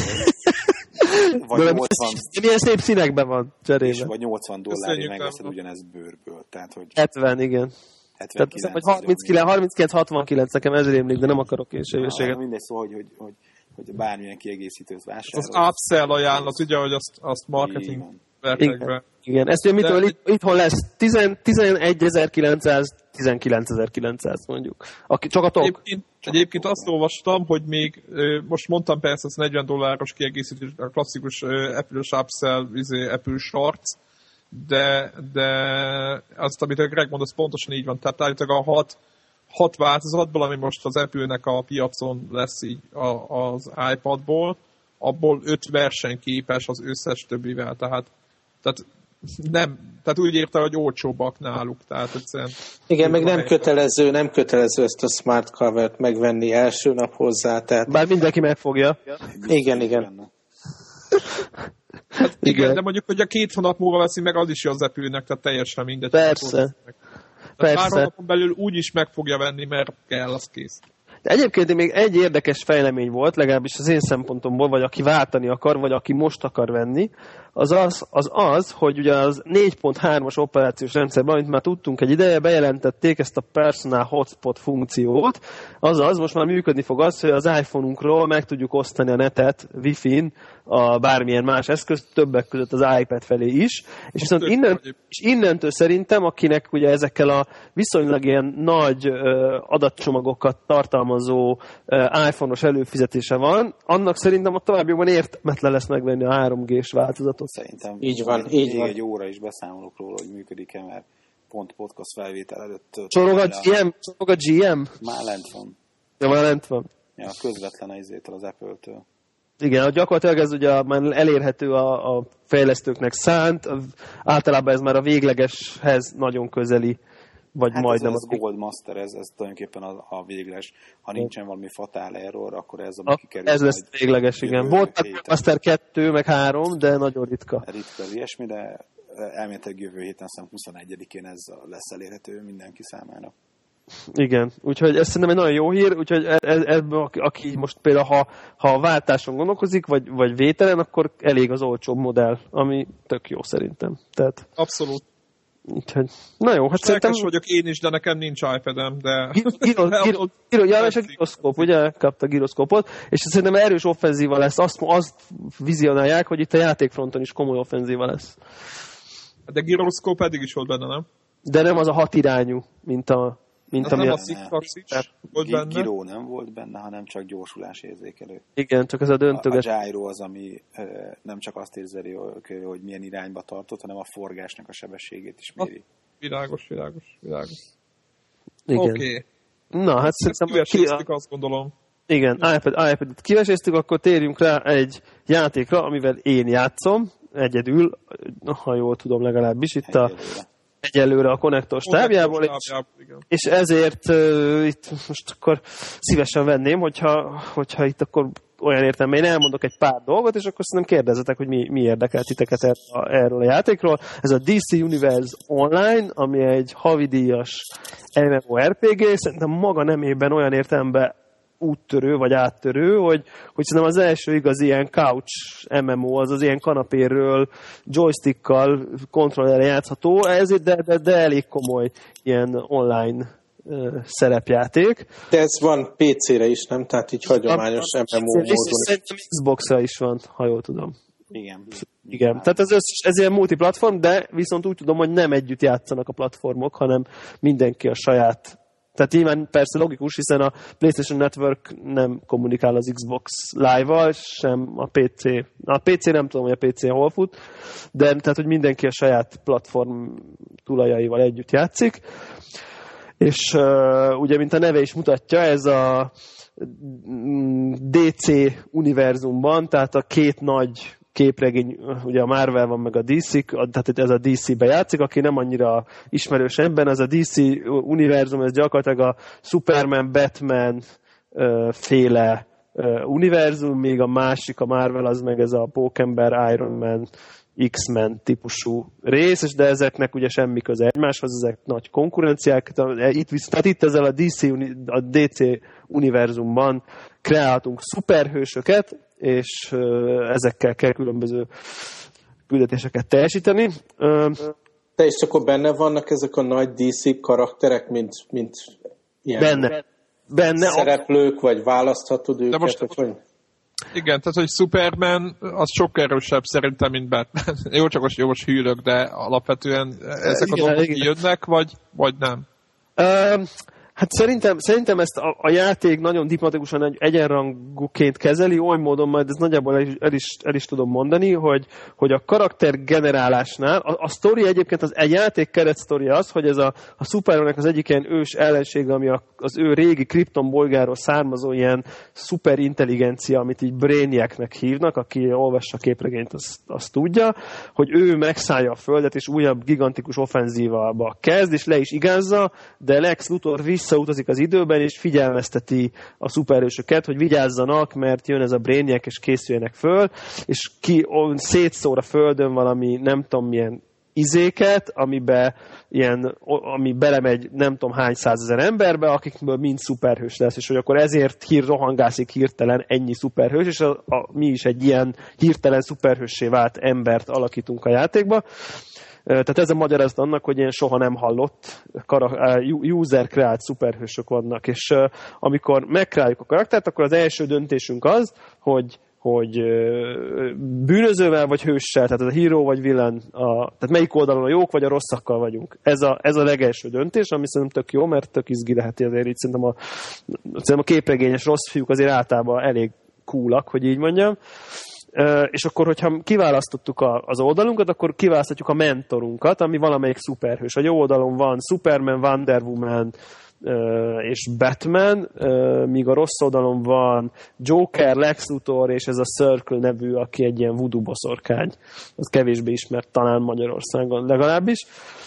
Vagy nyolcvan... Milyen szép színekben van cserébe. Vagy nyolcvan dollárért megveszed ugyanez bőrből. Tehát, hogy hetven, igen. hetvenkilenc, tehát, harminckilenc, harminckilenc hatvankilenc, nekem ez rémlik, de nem akarok én sejőséget. Mindegy szó, hogy, hogy, hogy, hogy bármilyen kiegészítőt vásárolsz. Az upsell ajánlat, ugye, hogy azt, azt marketing vertekbe. Igen, ezt ugye mitől itt, itthon lesz tizenegyezer-kilencszáz, tizenkilencezer-kilencszáz mondjuk. Aki, csak a tok. Egyébként, egyébként azt olvastam, hogy még, most mondtam persze, ez negyven dolláros kiegészítés, a klasszikus Apple-os upsell, Apple Shorts, de, de azt, amit a Greg mond, az pontosan így van. Tehát állítólag a hat, hat változatból, ami most az Apple-nek a piacon lesz így a, az iPadból, abból öt versenyképes az összes többivel, tehát, tehát nem, tehát úgy érte, hogy olcsóbbak náluk, tehát egyszerűen... Igen, meg nem kötelező, nem kötelező ezt a smart covert megvenni első nap hozzá, tehát... Bár mindenki megfogja. Igen, igen. Hát igen, igen, de mondjuk, hogy a két hónap múlva veszi meg, az is jó az Apple-nek, tehát teljesen mindegy. Persze. Tehát pár hónapon belül úgy is meg fogja venni, mert kell, az kész. De egyébként még egy érdekes fejlemény volt, legalábbis az én szempontomból, vagy aki váltani akar, vagy aki most akar venni, az az, az, az hogy ugye az négy pont hármas operációs rendszerben, amit már tudtunk egy ideje, bejelentették ezt a Personal Hotspot funkciót, azaz most már működni fog az, hogy az iPhone-unkról meg tudjuk osztani a netet Wi-Fi-n a bármilyen más eszközt, többek között az iPad felé is, és viszont innen, és innentől szerintem, akinek ugye ezekkel a viszonylag ilyen nagy ö, adatcsomagokat tartalmazó ö, iPhone-os előfizetése van, annak szerintem a továbbiakban értelmetlen lesz megvenni a három G-s változatot. Szerintem így van, így van. Egy óra is beszámolok róla, hogy működik-e, mert pont podcast felvétel előtt... Csorog a gé em? Csorog a gé em? Már lent van. Ja, már lent van. Ja, közvetlen izétől, az Apple-től. Igen, gyakorlatilag ez ugye már elérhető a, a fejlesztőknek szánt, általában ez már a véglegeshez nagyon közeli, vagy hát majdnem. Ez, ez Gold Master, ez, ez tulajdonképpen a, a végleges. Ha nincsen valami fatál error, akkor ez a, a kikerül. Ez lesz végleges, igen. Volt Master kettő, meg három, de nagyon ritka. Ritka ilyesmi, de elméletileg jövő héten, szem huszonegyedikén ez lesz elérhető mindenki számára. Igen, úgyhogy ez szerintem egy nagyon jó hír, úgyhogy ebből, aki most például, ha, ha a váltáson gondolkozik, vagy, vagy vételen, akkor elég az olcsóbb modell, ami tök jó szerintem. Tehát, abszolút. Úgyhogy, na jó, hát szerintem... vagyok én is, de nekem nincs iPad-em, de... Ja, és a giroszkóp, ugye? Kapta a giroszkópot, és szerintem erős offenzíva lesz. Azt, azt vizionálják, hogy itt a játékfronton is komoly offenzíva lesz. De giroszkóp eddig is volt benne, nem? De nem az a hat irányú, mint a... Mint nem a Six is volt benne. Giro nem volt benne, hanem csak gyorsulás érzékelő. Igen, csak ez a döntöges. A, a gyro az, ami nem csak azt érzeli, hogy milyen irányba tartott, hanem a forgásnak a sebességét is méri. Világos, világos, világos. Oké. Okay. Na, hát szerintem... Kiveséztük, azt gondolom. Igen, iPad, iPad-et kiveséztük, akkor térjünk rá egy játékra, amivel én játszom, egyedül, ha jól tudom legalábbis, itt a... egyelőre a konnektor stábjából, és, és ezért uh, itt most akkor szívesen venném, hogyha, hogyha itt akkor olyan értem, én elmondok egy pár dolgot, és akkor szerintem kérdezzetek, hogy mi, mi érdekel titeket erről a játékról. Ez a dé cé Universe Online, ami egy havidíjas MMORPG, szerintem maga nemében olyan értelemben úttörő, vagy áttörő, hogy, hogy szerintem az első igaz ilyen couch em em o, az az ilyen kanapéről joystickkal kontrollerre játszható, ezért de, de, de elég komoly ilyen online uh, szerepjáték. De ez van pé cére is, nem? Tehát így hagyományos em em o módon. Szerintem Xbox-ra is van, ha jól tudom. Igen. Igen, tehát ez, ez ilyen multiplatform, de viszont úgy tudom, hogy nem együtt játszanak a platformok, hanem mindenki a saját. Tehát nyilván persze logikus, hiszen a PlayStation Network nem kommunikál az Xbox Live-val, sem a pé cé. A pé cé nem tudom, hogy a pé cé hol fut, de tehát, hogy mindenki a saját platform tulajaival együtt játszik. És uh, ugye, mint a neve is mutatja, ez a dé cé univerzumban, tehát a két nagy képregény, ugye a Marvel van, meg a dé cé, tehát ez a dé cé-be játszik, aki nem annyira ismerős ebben, ez a dé cé univerzum, ez gyakorlatilag a Superman, Batman féle univerzum, még a másik, a Marvel, az meg ez a Pókember, Iron Man, X-Men típusú rész, és de ezeknek ugye semmi köze egymáshoz, ezek nagy konkurenciák. Itt, tehát itt ezzel a dé cé, a dé cé univerzumban kreálhatunk szuperhősöket, és ezekkel kell különböző küldetéseket teljesíteni. Te is akkor benne vannak ezek a nagy dé cé karakterek, mint, mint ilyen benne. Benne. szereplők, vagy választhatod őket? Most, vagy... Igen, tehát hogy Superman az sokkal erősebb szerintem, mint Batman. Jó, csak most, jó, most hűlök, de alapvetően ezek igen, a dolgok jönnek, vagy, vagy nem? Uh, Hát szerintem, szerintem ezt a, a játék nagyon diplomatikusan egy egyenrangúként kezeli, oly módon majd ez nagyjából el is, el is, el is tudom mondani, hogy, hogy a karakter generálásnál, a, a sztori egyébként az egy játék keret sztori az, hogy ez a, a Superhero-nek az egyik ilyen ős ellensége, ami a, az ő régi Krypton bolygárról származó ilyen szuperintelligencia, amit így Brainiacnek hívnak, aki olvassa a képregényt, azt, azt tudja, hogy ő megszállja a Földet, és újabb gigantikus offenzívába kezd, és le is igázza, de Lex Luthor visszautazik az időben, és figyelmezteti a szupererősöket, hogy vigyázzanak, mert jön ez a Brainiac, és készüljenek föl, és ki szétszór a Földön valami nem tudom milyen izéket, amibe ilyen, ami belemegy nem tudom hány százezer emberbe, akikből mind szuperhős lesz, és hogy akkor ezért hír rohangászik hirtelen ennyi szuperhős, és a, a, mi is egy ilyen hirtelen szuperhőssé vált embert alakítunk a játékba. Tehát ez a magyarázat annak, hogy ilyen soha nem hallott user-kreált szuperhősök vannak, és amikor megkreáljuk a karaktert, akkor az első döntésünk az, hogy hogy bűnözővel vagy hőssel, tehát a hero vagy villain, a, tehát melyik oldalon a jók vagy a rosszakkal vagyunk. Ez a, ez a legelső döntés, ami szerintem tök jó, mert tök izgi leheti azért így szerintem a, szerintem a képregényes rossz fiúk azért általában elég coolak, hogy így mondjam. Uh, és akkor, hogyha kiválasztottuk a, az oldalunkat, akkor kiválaszthatjuk a mentorunkat, ami valamelyik szuperhős. A jó oldalon van Superman, Wonder Woman uh, és Batman, uh, míg a rossz oldalon van Joker, Lex Luthor és ez a Circle nevű, aki egy ilyen voodoo boszorkány. Az kevésbé ismert talán Magyarországon legalábbis.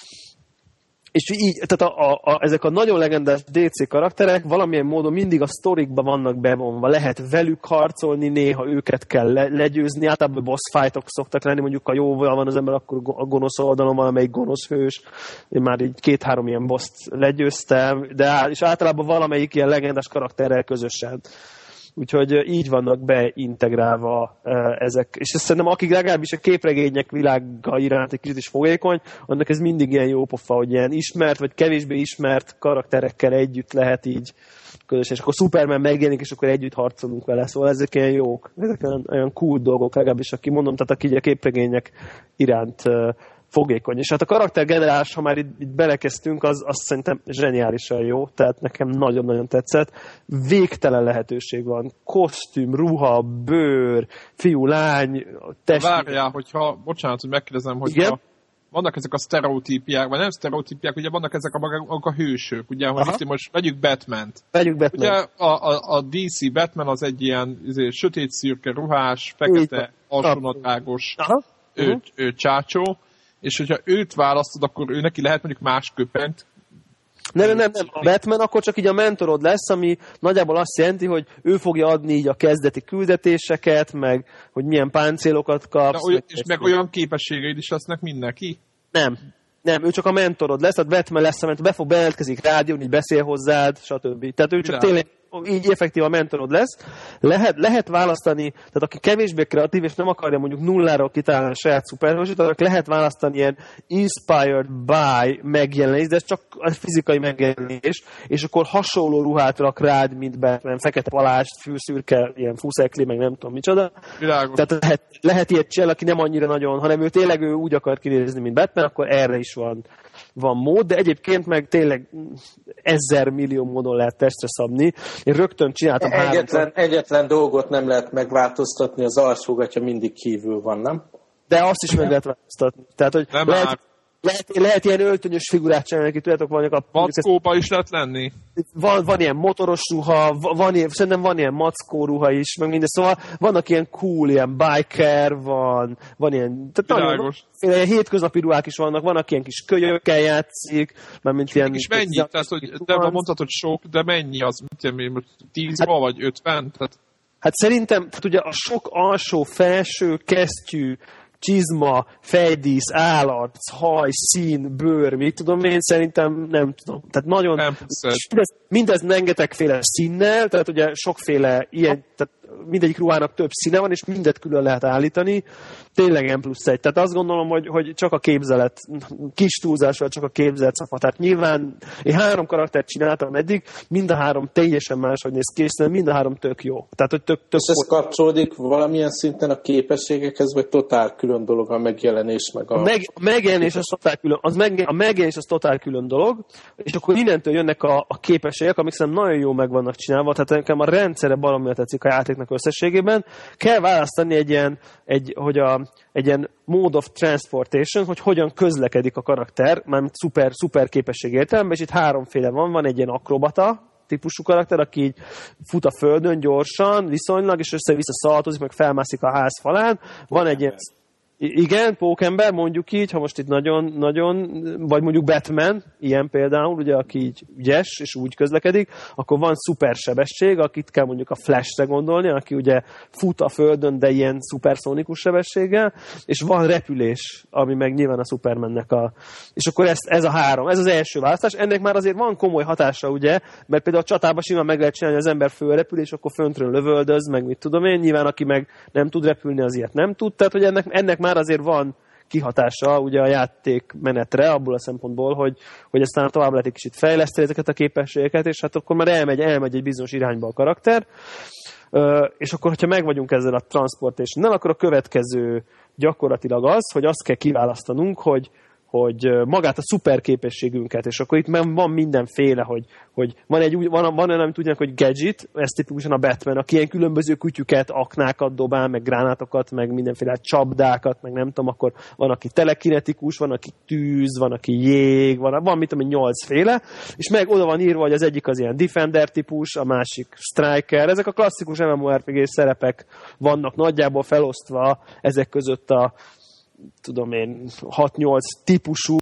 És így, tehát a, a, a, ezek a nagyon legendás dé cé karakterek valamilyen módon mindig a sztorikba vannak bevonva. Lehet velük harcolni, néha őket kell le, legyőzni. Általában boss fightok szoktak lenni, mondjuk ha jóval van az ember, akkor a gonosz oldalon valamelyik gonosz hős. Én már így két-három ilyen boss-t legyőztem, de és általában valamelyik ilyen legendás karakterrel közösen. Úgyhogy így vannak beintegrálva ezek. És szerintem akik legalábbis a képregények világa iránt egy kicsit is fogékony, annak ez mindig ilyen jó pofa, hogy ilyen ismert, vagy kevésbé ismert karakterekkel együtt lehet így közösen. És akkor Superman megjelenik, és akkor együtt harcolunk vele. Szóval ezek ilyen jók. Ezek olyan, olyan cool dolgok, legalábbis aki mondom, tehát aki így a képregények iránt fogékony. És hát a karaktergenerálás, ha már itt, itt belekezdtünk, az, az szerintem zseniálisan jó, tehát nekem nagyon-nagyon tetszett. Végtelen lehetőség van. Kosztüm, ruha, bőr, fiú, lány, test. Várjál, hogyha, bocsánat, hogy megkérdezem, hogy a, vannak ezek a sztereotípiák, vagy nem sztereotípiák, ugye vannak ezek a maguk a hősök, ugye, hogy itt most vegyük Batman-t. Vegyük Batman. Ugye a, a, a dé cé Batman az egy ilyen azért, sötét szürke ruhás, fekete, alsónadrágos ő, ő csácsó, és hogyha őt választod, akkor ő neki lehet mondjuk más köpenyt. Nem, nem, nem, nem. A Batman akkor csak így a mentorod lesz, ami nagyjából azt jelenti, hogy ő fogja adni így a kezdeti küldetéseket, meg hogy milyen páncélokat kapsz. Olyan, és meg olyan képességeid is lesznek mindenki? Nem. Nem, ő csak a mentorod lesz, tehát Batman lesz a mentor, be fog bejelentkezik rádión, így beszél hozzád, stb. Tehát ő csak tényleg így effektív a mentorod lesz. Lehet, lehet választani, tehát aki kevésbé kreatív, és nem akarja mondjuk nulláról kitalálni a saját szuperhősét, akkor lehet választani ilyen inspired by megjelenés, de ez csak a fizikai megjelenés, és akkor hasonló ruhát rak rád, mint Batman, fekete palást, fűszürke, ilyen fuszekli, meg nem tudom micsoda. Világos. Tehát lehet, lehet ilyet csinálni, aki nem annyira nagyon, hanem ő tényleg ő úgy akar kinézni, mint Batman, akkor erre is van, van mód, de egyébként meg tényleg ezer millió módon lehet testre szabni. Én rögtön csináltam egyetlen, háromszor. egyetlen dolgot nem lehet megváltoztatni, az alsógatja mindig kívül van, nem? De azt is meg lehet változtatni. Tehát, hogy lehet, lehet, lehet ilyen öltönyös figurát csinálni, aki tudjátok, vannak a... Mackóba is lehet lenni? Van, van ilyen motoros ruha, van ilyen, szerintem van ilyen mackó ruha is, meg minden. Szóval vannak ilyen cool, ilyen biker, van, van ilyen... Világos. Nagyon, ilyen hétköznapi ruhák is vannak, vannak ilyen kis kölyökkel játszik, mert mint ilyen... És mennyi? Tehát, hogy te mondtad, hogy sok, de mennyi az? tíz hát, vagy ötven? Tehát... Hát szerintem, tehát ugye a sok alsó, felső, kesztyű, csizma, fejdísz, állarc, haj, szín, bőr, mit tudom én, szerintem nem tudom. Tehát nagyon... Mindez, mindez rengetegféle színnel, tehát ugye sokféle ilyen, tehát mindegyik ruhának több színe van, és mindet külön lehet állítani. Tényleg M plusz egy. Tehát azt gondolom, hogy, hogy csak a képzelet, kis túlzással csak a képzelet szakma. Tehát nyilván én három karaktert csináltam eddig, mind a három teljesen máshogy néz ki, és mind a három tök jó. Tehát, hogy tök, tök és ez kapcsolódik valamilyen szinten a képességekhez, vagy totál külön külön dolog a megjelenés, meg a... A, meg, a megjelenés az totál külön, az meg, a megjelenés az totál külön dolog, és akkor innentől jönnek a, a képességek, amik szerintem nagyon jó meg vannak csinálva, tehát nekem a rendszere valamilyen tetszik a játéknak összességében. Kell választani egy ilyen, egy, hogy a, egy ilyen mode of transportation, hogy hogyan közlekedik a karakter, mármint szuper, szuper képesség értelemben, és itt háromféle van, van egy ilyen akrobata típusú karakter, aki így fut a földön gyorsan, viszonylag, és össze-vissza szaltozik, meg felmászik a ház falán. Van egy ilyen... Igen, pókember, mondjuk így, ha most itt nagyon, nagyon, vagy mondjuk Batman, ilyen például, ugye, aki így ügyes, és úgy közlekedik, akkor van szupersebesség, akit kell mondjuk a Flashre gondolni, aki ugye fut a földön, de ilyen szuperszónikus sebességgel, és van repülés, ami meg nyilván a Supermannek a... És akkor ez, ez a három, ez az első választás. Ennek már azért van komoly hatása, ugye, mert például a csatában simán meg lehet csinálni, az ember fölrepül, és akkor föntről lövöldöz, meg mit tudom én, nyilván aki meg nem tud repülni, az ilyet nem tud, tehát hogy ennek, ennek már azért van kihatása ugye a játék menetre, abból a szempontból, hogy, hogy aztán tovább lehet egy kicsit fejleszteni ezeket a képességeket, és hát akkor már elmegy, elmegy egy bizonyos irányba a karakter, és akkor, hogyha meg vagyunk ezzel a transportation-nel, akkor a következő gyakorlatilag az, hogy azt kell kiválasztanunk, hogy hogy magát a szuper képességünket, és akkor itt van mindenféle, hogy, hogy van, egy, van, van olyan, amit tudják, hogy gadget, ez tipikusan a Batman, aki ilyen különböző kütyüket, aknákat dobál, meg gránátokat, meg mindenféle csapdákat, meg nem tudom, akkor van, aki telekinetikus, van, aki tűz, van, aki jég, van, van mit tudom, nyolcféle, és meg oda van írva, hogy az egyik az ilyen Defender típus, a másik Striker, ezek a klasszikus MMORPG szerepek vannak nagyjából felosztva ezek között a tudom én, hat-nyolc típusú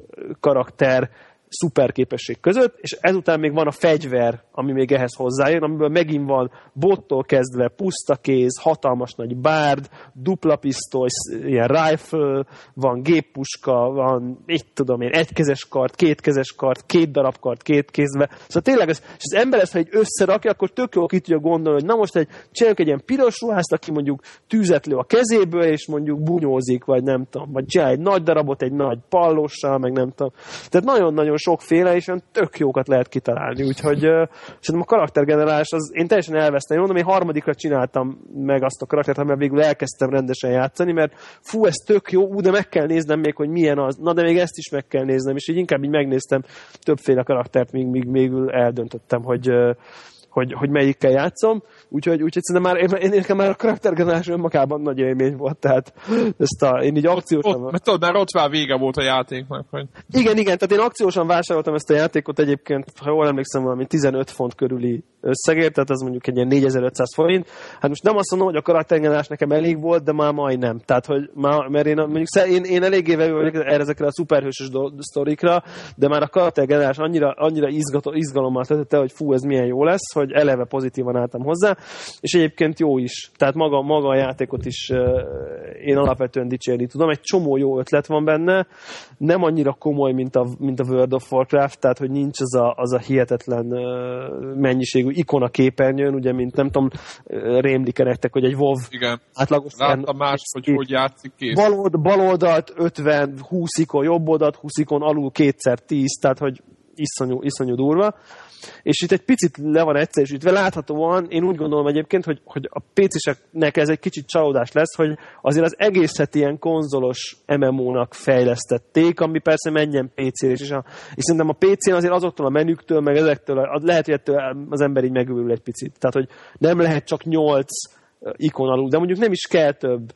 karakter szuperképesség között, és ezután még van a fegyver, ami még ehhez hozzájön, amiből megint van bottól kezdve pusztakéz, hatalmas nagy bárd, dupla pisztoly, ilyen rifle, van géppuska, van, így tudom én, egykezes kard, kétkezes kard, két darab kard, két kézbe. Szóval tényleg, ez, és az ember ezt, ha egy összerakja, akkor tök jól ki tudja gondolni, hogy na most egy, csináljuk egy ilyen piros ruházt, aki mondjuk tűzet lő a kezéből, és mondjuk bunyózik, vagy nem tudom, vagy csinál egy nagy darabot, egy nagy pallóssal, meg nem tudom. Tehát nagyon-nagyon sokféle, és olyan tök jókat lehet kitalálni, úgyhogy uh, szerintem a karaktergenerálás, az én teljesen elvesztem. Én mondom, én harmadikra csináltam meg azt a karaktert, amivel végül elkezdtem rendesen játszani, mert fú, ez tök jó, ú, de meg kell néznem még, hogy milyen az, na de még ezt is meg kell néznem, és így inkább így megnéztem többféle karaktert, míg, míg végül eldöntöttem, hogy uh, hogy, hogy melyikkel játszom, úgyhogy, úgyhogy szerintem már, én, én már a karaktergenerálás önmagában nagy élmény volt, tehát ezt a, én így akciósan... Ott, mert tudod, már ott már vége volt a játéknak, hogy... Igen, igen, tehát én akciósan vásároltam ezt a játékot egyébként, ha jól emlékszem, valami tizenöt font körüli összegért, tehát az mondjuk egy ilyen négyezer-ötszáz forint. Hát most nem azt mondom, hogy a karaktergenerálás nekem elég volt, de már majdnem. Tehát, hogy már, mert én, mondjuk, én, én eléggé vagyok ezekre a szuperhősös sztorikra, de már a karaktergenerálás annyira, annyira izgató, izgalommal töltötte, hogy fú, ez milyen jó lesz, hogy eleve pozitívan álltam hozzá, és egyébként jó is. Tehát maga, maga a játékot is uh, én alapvetően dicsérni tudom. Egy csomó jó ötlet van benne, nem annyira komoly, mint a, mint a World of Warcraft, tehát hogy nincs az a, az a hihetetlen uh, mennyiségű ikon a képernyőn, ugye, mint nem tudom, rémlik-e nektek, hogy egy WoW igen. átlagos... Láttam más, hogy hogy játszik kész. Bal, bal oldalt ötven, húsz ikon, jobb oldalt húsz ikon, alul kétszer tíz, tehát hogy iszonyú, iszonyú durva. És itt egy picit le van egyszerűsítve, láthatóan én úgy gondolom egyébként, hogy, hogy a pé céseknek ez egy kicsit csalódás lesz, hogy azért az egészet ilyen konzolos em em ó-nak fejlesztették, ami persze menjen pé cére is, és, a, és szerintem a pé cén azért azoktól a menüktől, meg ezektől, lehet, hogy ettől az ember így megőrül egy picit. Tehát, hogy nem lehet csak nyolc ikon alul, de mondjuk nem is kell több.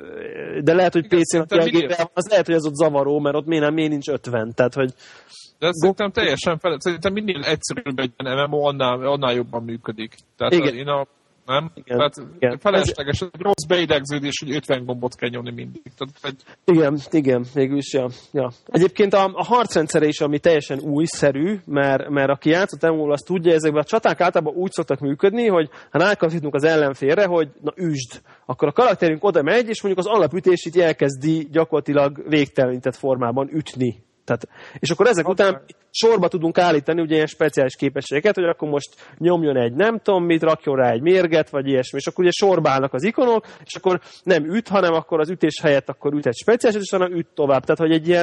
De lehet, hogy pé cén az lehet, hogy ez ott zavaró, mert ott miért nem, miért nincs ötven. Tehát, hogy de szerintem teljesen fel, szerintem minél egyszerűbb egy em em ó, annál, annál jobban működik. Tehát igen. Én a, nem? Igen. Tehát igen. Felesleges, egy rossz beidegződés, hogy ötven gombot kell nyomni mindig. Tehát egy... Igen, igen, végülis, ja. ja. Egyébként a, a harcrendszere is, ami teljesen újszerű, mert, mert aki játszott em em ó-val, azt tudja, ezekben a csaták általában úgy szoktak működni, hogy ha rákazdítunk az ellenfélre, hogy na üsd, akkor a karakterünk oda megy, és mondjuk az alapütését elkezdi gyakorlatilag végtelenített formában ütni. Tehát, és akkor ezek okay. után sorba tudunk állítani ugye ilyen speciális képességeket, hogy akkor most nyomjon egy nem tudom mit, rakjon rá egy mérget, vagy ilyesmi, és akkor ugye sorba állnak az ikonok, és akkor nem üt, hanem akkor az ütés helyett akkor üt egy speciális, és hanem üt tovább. Tehát, hogy egy ilyen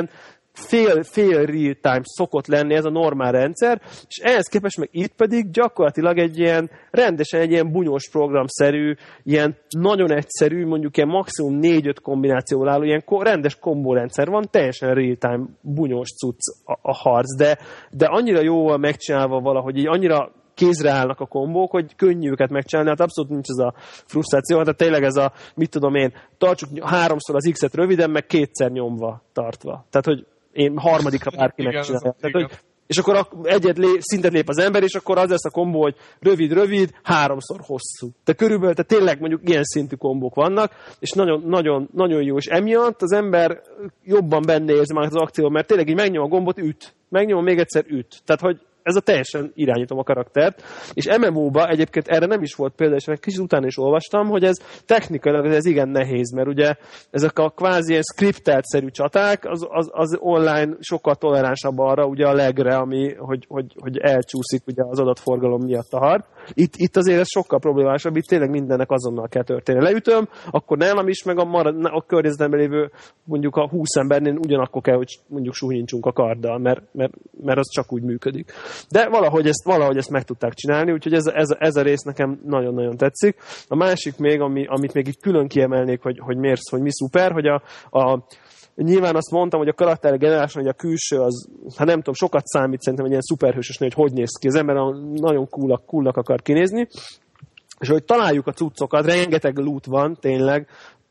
fél, fél real-time szokott lenni ez a normál rendszer, és ehhez képest meg itt pedig gyakorlatilag egy ilyen rendesen egy ilyen bunyós programszerű, ilyen nagyon egyszerű, mondjuk ilyen maximum négy-öt kombinációval álló ilyen rendes kombórendszer van, teljesen real-time bunyós cucc a, a harc, de, de annyira jól megcsinálva valahogy, így annyira kézre állnak a kombók, hogy könnyű őket megcsinálni, hát abszolút nincs ez a frusztráció, tehát tényleg ez a, mit tudom én, tartsuk háromszor az X-et röviden, meg kétszer nyomva tartva. Tehát, hogy én harmadikra bárki megcsinálja. Tehát, hogy, és akkor egyet lé, szintet lép az ember, és akkor az lesz a kombó, hogy rövid-rövid, háromszor hosszú. Tehát körülbelül, tehát tényleg mondjuk ilyen szintű kombók vannak, és nagyon, nagyon, nagyon jó, és emiatt az ember jobban benne érzi már az akcióban, mert tényleg így megnyom a gombot, üt. Megnyomom még egyszer, üt. Tehát, hogy ez a teljesen irányítom a karaktert, és em em o-ba egyébként erre nem is volt példa, és egy kicsit utána is olvastam, hogy ez technikailag ez igen nehéz, mert ugye ezek a kvázi ilyen skriptelt-szerű csaták, az, az, az online sokkal toleránsabb arra, ugye a legre, ami, hogy, hogy, hogy elcsúszik ugye az adatforgalom miatt a harc. Itt, itt azért ez sokkal problémásabb, itt tényleg mindennek azonnal kell történni. Leütöm, akkor nálam is, meg a, marad, a környezetemben lévő mondjuk a húsz embernél ugyanakkor kell, hogy mondjuk súlyintsunk a karddal, mert, mert, mert az csak úgy működik. De valahogy ezt, valahogy ezt meg tudták csinálni, úgyhogy ez, ez, ez a rész nekem nagyon-nagyon tetszik. A másik még, ami, amit még így külön kiemelnék, hogy, hogy miért, hogy mi szuper, hogy a, a nyilván azt mondtam, hogy a karakter generáson, hogy a külső az, hát nem tudom, sokat számít szerintem egy ilyen szuperhősösnél, hogy hogy néz ki. Az ember nagyon coolak, coolak akar kinézni, és hogy találjuk a cuccokat, rengeteg loot van, tényleg,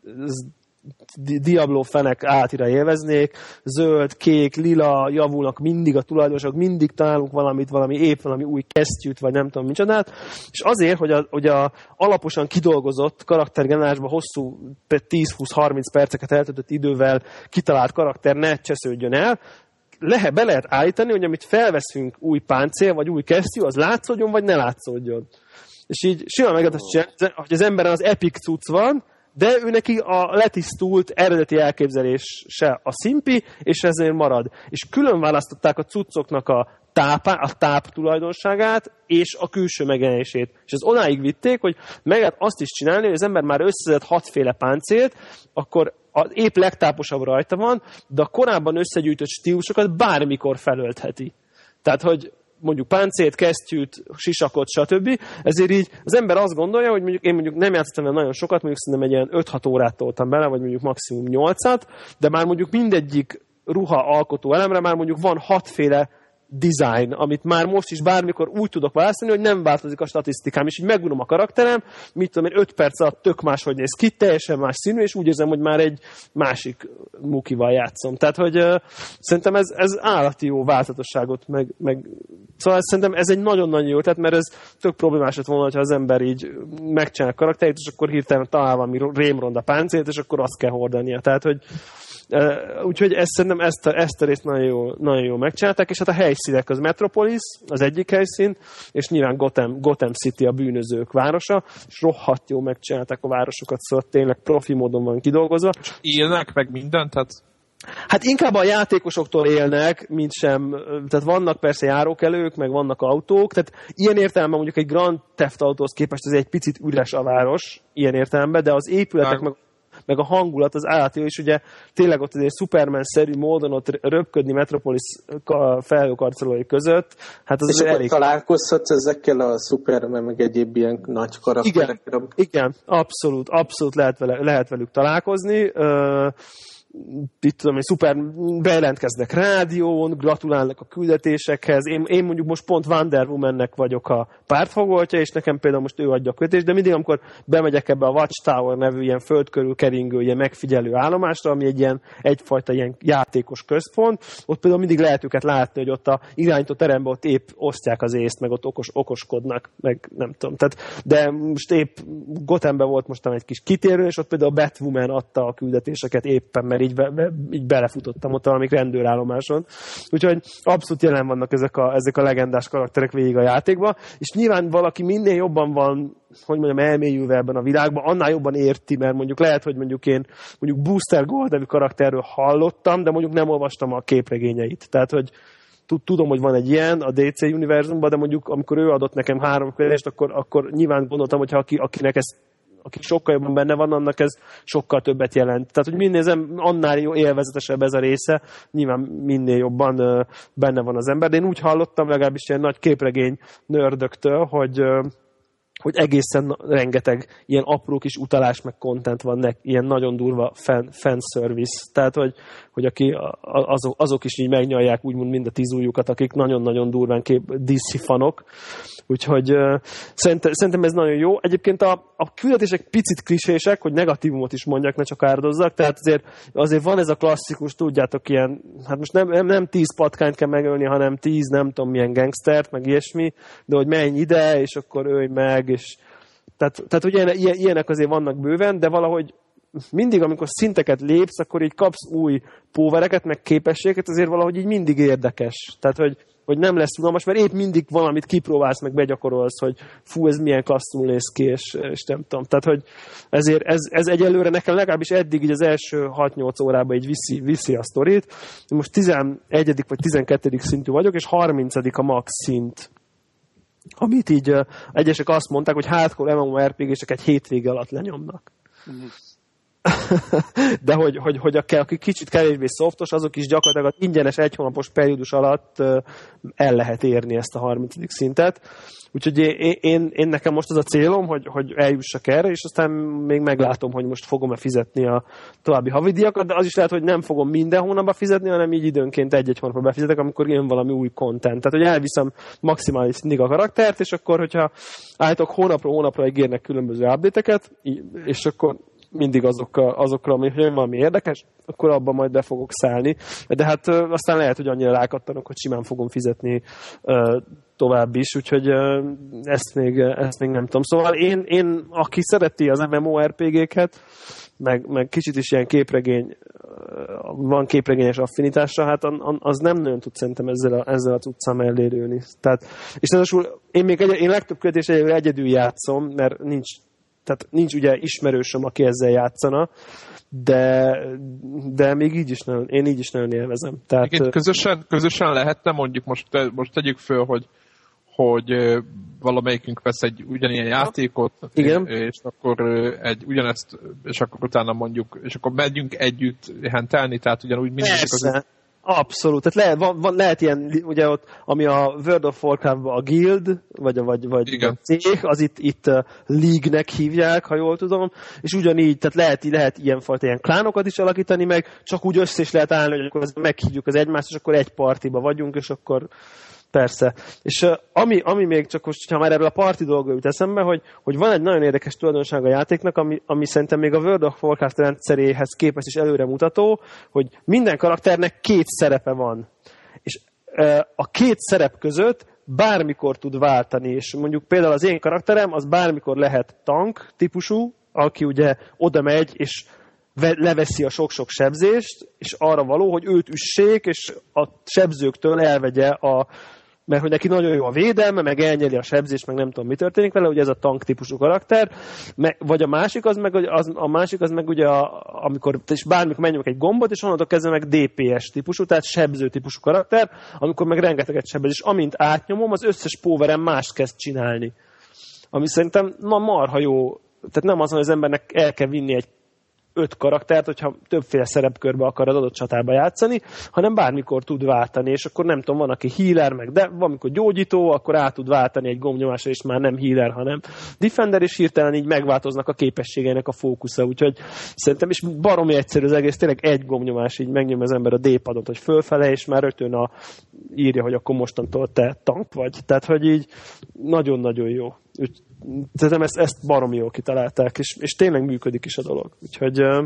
Diablo fenek átira élveznék, zöld, kék, lila, javulnak mindig a tulajdonosok, mindig találunk valamit, valami épp valami új kesztyűt, vagy nem tudom micsodát, és azért, hogy a, hogy a alaposan kidolgozott karaktergenerálásban hosszú tíz-húsz-harminc perceket eltöltött idővel kitalált karakter ne csesződjön el, lehet, be lehet állítani, hogy amit felveszünk új páncél, vagy új kesztyű, az látszódjon, vagy ne látszódjon. És így simán meg azt csinálni, hogy az emberen az epic cucc van, de ő neki a letisztult eredeti elképzelése a szimpi, és ezért marad. És külön választották a cuccoknak a, tápá, a táp tulajdonságát, és a külső megjelenését. És az odáig vitték, hogy meg lehet azt is csinálni, hogy az ember már összeszedett hatféle páncélt, akkor az épp legtáposabb rajta van, de a korábban összegyűjtött stílusokat bármikor felöltheti. Tehát, hogy mondjuk páncélt, kesztyűt, sisakot, stb. Ezért így az ember azt gondolja, hogy mondjuk én mondjuk nem játszottam el nagyon sokat, mondjuk szerintem egy ilyen öt-hat órát toltam bele, vagy mondjuk maximum nyolcat, de már mondjuk mindegyik ruha alkotó elemre már mondjuk van hatféle design, amit már most is bármikor úgy tudok választani, hogy nem változik a statisztikám, és így megunom a karakterem, mit tudom én, öt perc alatt tök máshogy néz ki, teljesen más színű, és úgy érzem, hogy már egy másik mukival játszom. Tehát, hogy uh, szerintem ez, ez állati jó változatosságot, meg, meg szóval szerintem ez egy nagyon-nagyon jó, tehát mert ez tök problémás lett volna, hogyha az ember így megcsinál a karakterét, és akkor hirtelen talál valami rémronda páncélt, és akkor azt kell hordania. Tehát, hogy Uh, úgyhogy ezt, szerintem ezt a, ezt a részt nagyon jól, nagyon jól megcsinálták, és hát a helyszínek az Metropolis, az egyik helyszín, és nyilván Gotham, Gotham City a bűnözők városa, és rohadt jól megcsinálták a városokat, szóval tényleg profi módon van kidolgozva. Élnek meg mindent? Tehát... Hát inkább a játékosoktól élnek, mint sem, tehát vannak persze járókelők, meg vannak autók, tehát ilyen értelemben mondjuk egy Grand Theft Autóhoz képest ez egy picit üres a város, ilyen értelemben, de az épületek meg meg a hangulat az állati, és ugye tényleg ott azért Superman-szerű módon ott röpködni Metropolis felhőkarcolói között. Hát az és akkor elég... találkozhatsz ezekkel a Superman, meg egyéb ilyen nagy karakterekkel? Igen, igen, abszolút, abszolút lehet, vele, lehet velük találkozni. Uh, itt tudom, hogy szuper bejelentkeznek rádión, gratulálnak a küldetésekhez. Én, én mondjuk most pont Wonder Woman-nek vagyok a pártfogoltja, és nekem például most ő adja a küldetést, de mindig, amikor bemegyek ebbe a Watchtower nevű ilyen földkörül keringő, ilyen megfigyelő állomásra, ami egy ilyen egyfajta ilyen játékos központ, ott például mindig lehet őket látni, hogy ott a irányító teremben ott épp osztják az észt, meg ott okos, okoskodnak, meg nem tudom. Tehát, de most épp Gothamben volt mostan egy kis kitérő, és ott például a Batwoman adta a küldetéseket éppen, mert így, be, be, így belefutottam ott valamik rendőrállomáson. Úgyhogy abszolút jelen vannak ezek a, ezek a legendás karakterek végig a játékban, és nyilván valaki minél jobban van, hogy mondjam, elmélyülve ebben a világban, annál jobban érti, mert mondjuk lehet, hogy mondjuk én mondjuk Booster Gold nevű karakterről hallottam, de mondjuk nem olvastam a képregényeit. Tehát, hogy tudom, hogy van egy ilyen a dé cé univerzumban, de mondjuk amikor ő adott nekem három kérdést, akkor, akkor nyilván gondoltam, hogy ha aki, akinek ezt akik sokkal jobban benne van, annak ez sokkal többet jelent. Tehát, hogy minél annál jó élvezetesebb ez a része, nyilván minél jobban uh, benne van az ember. De én úgy hallottam, legalábbis ilyen nagy képregény nördöktől, hogy uh, hogy egészen rengeteg ilyen apró kis utalás meg content van, nek, ilyen nagyon durva fan, fanservice. Tehát, hogy, hogy aki, azok, azok is így megnyalják úgymond mind a tíz ujjukat, akik nagyon-nagyon durván kép dé cé fanok. Úgyhogy uh, szerintem, szerintem ez nagyon jó. Egyébként a, a küldetések picit klisések, hogy negatívumot is mondjak, ne csak áldozzak. Tehát azért, azért van ez a klasszikus, tudjátok, ilyen, hát most nem, nem, nem tíz patkányt kell megölni, hanem tíz nem tudom milyen gangstert, meg ilyesmi, de hogy menj ide, és akkor ölj meg, és tehát, tehát hogy ilyen, ilyenek azért vannak bőven, de valahogy mindig, amikor szinteket lépsz, akkor így kapsz új póvereket, meg képességeket, azért valahogy így mindig érdekes. Tehát, hogy, hogy nem lesz unalmas, mert épp mindig valamit kipróbálsz, meg begyakorolsz, hogy fú, ez milyen klasszul néz ki, és, és nem tudom. Tehát, hogy ezért ez, ez egyelőre nekem legalábbis eddig így az első hat-nyolc órában így viszi, viszi a sztorit. Most tizenegyedik vagy tizenkettedik szintű vagyok, és harmincadik a max szint. Amit így uh, egyesek azt mondták, hogy hardcore em em o er pé gések egy hétvége alatt lenyomnak. Mm. De hogy, hogy, hogy aki kicsit kevésbé szoftos, azok is gyakorlatilag az ingyenes egy hónapos periódus alatt uh, el lehet érni ezt a harmincadik szintet. Úgyhogy én, én, én nekem most az a célom, hogy, hogy eljussak erre, és aztán még meglátom, hogy most fogom-e fizetni a további havidíjakat, de az is lehet, hogy nem fogom minden hónapban fizetni, hanem így időnként egy-egy hónapban befizetek, amikor jön valami új content. Tehát, hogy elviszem maximális szintig a karaktert, és akkor, hogyha állítok hónapról hónapra ígérnek különböző update-eket, és akkor mindig azokra, azokra, ami jön valami érdekes, akkor abban majd be fogok szállni. De hát ö, aztán lehet, hogy annyira rákattanok, hogy simán fogom fizetni ö, tovább is, úgyhogy ö, ezt, még, ezt még nem tudom. Szóval én, én aki szereti az em em o er pé géket, meg, meg kicsit is ilyen képregény, van képregényes affinitásra, hát az nem nagyon tud szerintem ezzel a, ezzel a cuccal mellé lőni. Tehát, és ráadásul én még egy, én legtöbb követés egyedül, egyedül játszom, mert nincs tehát nincs ugye ismerősöm, aki ezzel játszana, de, de még így is nagyon, én így is nagyon élvezem. Tehát, igen, közösen, közösen lehetne mondjuk, most, most tegyük föl, hogy, hogy valamelyikünk vesz egy ugyanilyen játékot, igen. És akkor egy ugyanezt, és akkor utána mondjuk, és akkor megyünk együtt hentelni, tehát ugyanúgy mindegyik az... Abszolút, tehát lehet, van, van, lehet ilyen, ugye ott, ami a World of Warcraft-ban a guild, vagy a, vagy, vagy a cég, az itt, itt uh, League-nek hívják, ha jól tudom, és ugyanígy, tehát lehet, lehet ilyenfajta ilyen klánokat is alakítani meg, csak úgy össze is lehet állni, hogy akkor meghívjuk az egymást, és akkor egy partiba vagyunk, és akkor persze. És uh, ami, ami még csak most, ha már erről a parti dolgról jut eszembe, hogy, hogy van egy nagyon érdekes tulajdonság a játéknak, ami, ami szerintem még a World of Warcraft rendszeréhez képest is előremutató, hogy minden karakternek két szerepe van. És uh, a két szerep között bármikor tud váltani, és mondjuk például az én karakterem, az bármikor lehet tank típusú, aki ugye oda megy, és leveszi a sok-sok sebzést, és arra való, hogy őt üssék, és a sebzőktől elvegye a... mert hogy neki nagyon jó a védelme, meg elnyeli a sebzést, meg nem tudom, mi történik vele, ugye ez a tank típusú karakter, vagy a másik az meg, az, a másik az meg ugye, a, amikor, és bármikor menjünk egy gombot, és onnantól kezdve meg dé pé es típusú, tehát sebző típusú karakter, amikor meg rengeteget sebez, és amint átnyomom, az összes póverem mást kezd csinálni. Ami szerintem ma marha jó, tehát nem az, hogy az embernek el kell vinni egy öt karaktert, hogyha többféle szerepkörbe akar az adott csatába játszani, hanem bármikor tud váltani, és akkor nem tudom, van, aki healer, meg de van, amikor gyógyító, akkor át tud váltani egy gombnyomásra, és már nem healer, hanem defender, és hirtelen így megváltoznak a képességeinek a fókusza, úgyhogy szerintem is baromi egyszerű az egész, tényleg egy gombnyomás, így megnyom az ember a D-padot, hogy fölfele, és már rögtön a, írja, hogy akkor mostantól te tank vagy. Tehát, hogy így nagyon-nagyon jó. Úgy, szerintem ezt, ezt baromi jól kitalálták, és, és tényleg működik is a dolog. Úgyhogy, uh,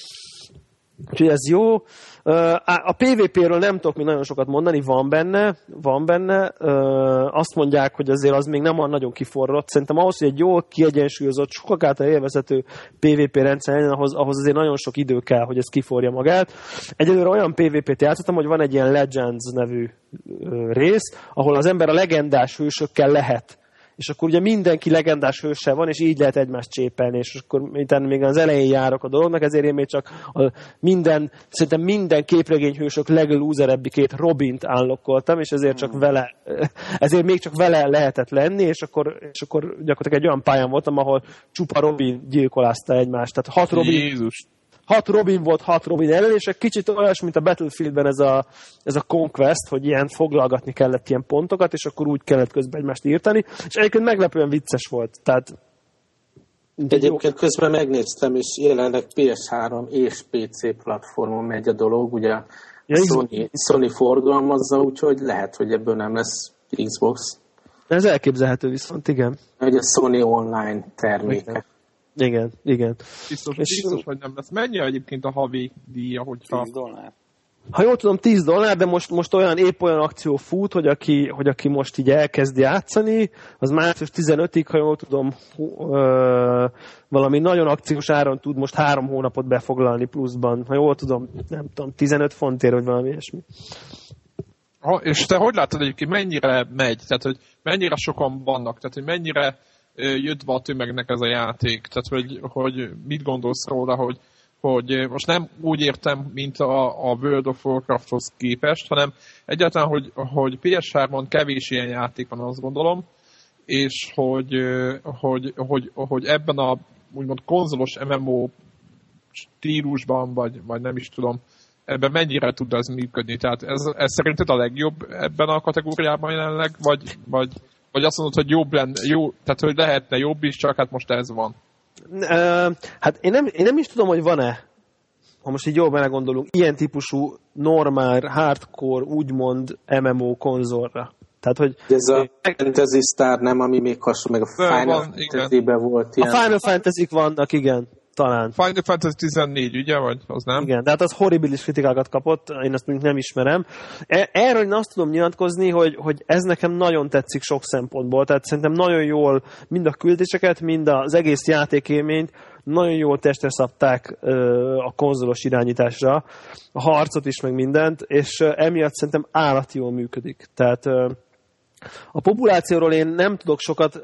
úgyhogy ez jó. Uh, a pé vé pé-ről nem tudok még nagyon sokat mondani, van benne, van benne. Uh, azt mondják, hogy azért az még nem olyan nagyon kiforrott. Szerintem ahhoz, hogy egy jól kiegyensúlyozott, sokak által élvezhető pé vé pé rendszer legyen, ahhoz, ahhoz azért nagyon sok idő kell, hogy ez kiforja magát. Egyelőre olyan pé vé pét játszottam, hogy van egy ilyen Legends nevű uh, rész, ahol az ember a legendás hősökkel lehet. és akkor ugye mindenki legendás hőssel van, és így lehet egymást csépelni, és akkor utána még az elején járok a dolognak, ezért én még csak a minden, szerintem minden képregényhősök leglúzerebbikét Robint állokkoltam, és ezért csak vele, ezért még csak vele lehetett lenni, és akkor, és akkor gyakorlatilag egy olyan pályán voltam, ahol csupa Robin gyilkolázta egymást. Tehát hat Robin, Jézus. hat Robin volt, hat Robin ellen, és egy kicsit olyas, mint a Battlefieldben ez a, ez a Conquest, hogy ilyen foglalgatni kellett ilyen pontokat, és akkor úgy kellett közben egymást írtani, és egyébként meglepően vicces volt. Tehát egyébként jó. Közben megnéztem, és jelenleg pé es három és pé cé platformon megy a dolog, ugye ja, Sony, Sony forgalmazza, úgyhogy lehet, hogy ebből nem lesz Xbox. Ez elképzelhető viszont, igen. Hogy a Sony online terméke. Igen, igen. Biztos, biztos, hogy nem lesz. Mennyi egyébként a havi díja, hogyha... tíz dollár. Ha jól tudom, tíz dollár, de most, most olyan, épp olyan akció fut, hogy aki, hogy aki most így elkezd játszani, az március tizenötödikéig, ha jól tudom, ö, valami nagyon akciós áron tud most három hónapot befoglalni pluszban. Ha jól tudom, nem tudom, tizenöt fontért, vagy valami ilyesmi. Ha, és te hogy látod egyébként, mennyire megy? Tehát, hogy mennyire sokan vannak? Tehát, hogy mennyire jött be a tömegnek ez a játék? Tehát, hogy, hogy mit gondolsz róla, hogy, hogy most nem úgy értem, mint a, a World of Warcrafthoz képest, hanem egyáltalán, hogy, hogy pé es hármon kevés ilyen játék van, azt gondolom, és hogy, hogy, hogy, hogy ebben a úgymond konzolos em em o stílusban, vagy, vagy nem is tudom, ebben mennyire tud ez működni? Tehát ez, ez szerinted a legjobb ebben a kategóriában jelenleg, vagy, vagy, vagy azt mondod, hogy jobb lenne, jó, tehát hogy lehetne jobb is, csak hát most ez van? Uh, hát én nem, én nem is tudom, hogy van-e, ha most így jól belegondolunk, ilyen típusú normál, hardcore, úgymond em em o konzolra. Tehát, hogy... Ez a Fantasy Star nem, ami még hasonló, meg a Final Fantasy-ben volt ilyen. A Final Fantasy-k vannak, igen. Talán. Final Fantasy tizennégy, ugye? Vagy az nem? Igen, de hát az horribilis kritikákat kapott, én azt mondjuk nem ismerem. Erről én azt tudom nyilatkozni, hogy, hogy ez nekem nagyon tetszik sok szempontból, tehát szerintem nagyon jól mind a küldéseket, mind az egész játékélményt nagyon jól testre szabták a konzolos irányításra, a harcot is, meg mindent, és emiatt szerintem állati jól működik. Tehát a populációról én nem tudok sokat.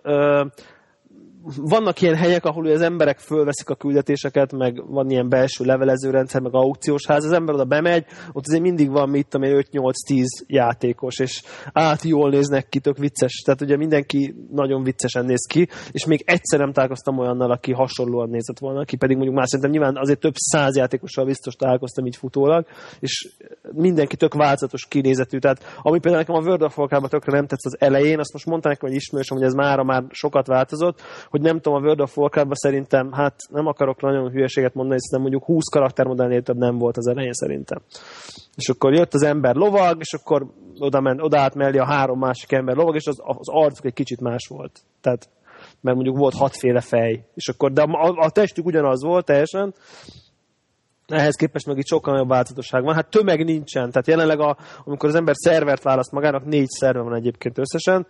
Vannak ilyen helyek, ahol az emberek fölveszik a küldetéseket, meg van ilyen belső levelező rendszer, meg aukciós ház, az ember oda bemegy, ott azért mindig van mit, ami öt nyolc tíz játékos, és át jól néznek ki, tök vicces. Tehát ugye mindenki nagyon viccesen néz ki, és még egyszer nem találkoztam olyannal, aki hasonlóan nézett volna, aki pedig mondjuk már szerintem nyilván azért több száz játékossal biztos találkoztam így futólag, és mindenki tök változatos kinézetű. Tehát ami például nekem a World of Warcraft-ban tökre nem tetsz az elején, azt most mondta nekem, hogy ismerősöm, hogy ez mára már sokat változott, hogy nem tudom, a World of Warcraft-ban szerintem, hát nem akarok nagyon hülyeséget mondani, hiszen mondjuk húsz karaktermodellnél több nem volt az elején szerintem. És akkor jött az ember lovag, és akkor oda, ment, oda át mellé a három másik ember lovag, és az, az arcuk egy kicsit más volt. Tehát, mert mondjuk volt hatféle fej. És akkor, de a, a testük ugyanaz volt teljesen, ehhez képest meg itt sokkal nagyobb változatosság van. Hát tömeg nincsen. Tehát jelenleg, a, amikor az ember szervert választ magának, négy szerver van egyébként összesen,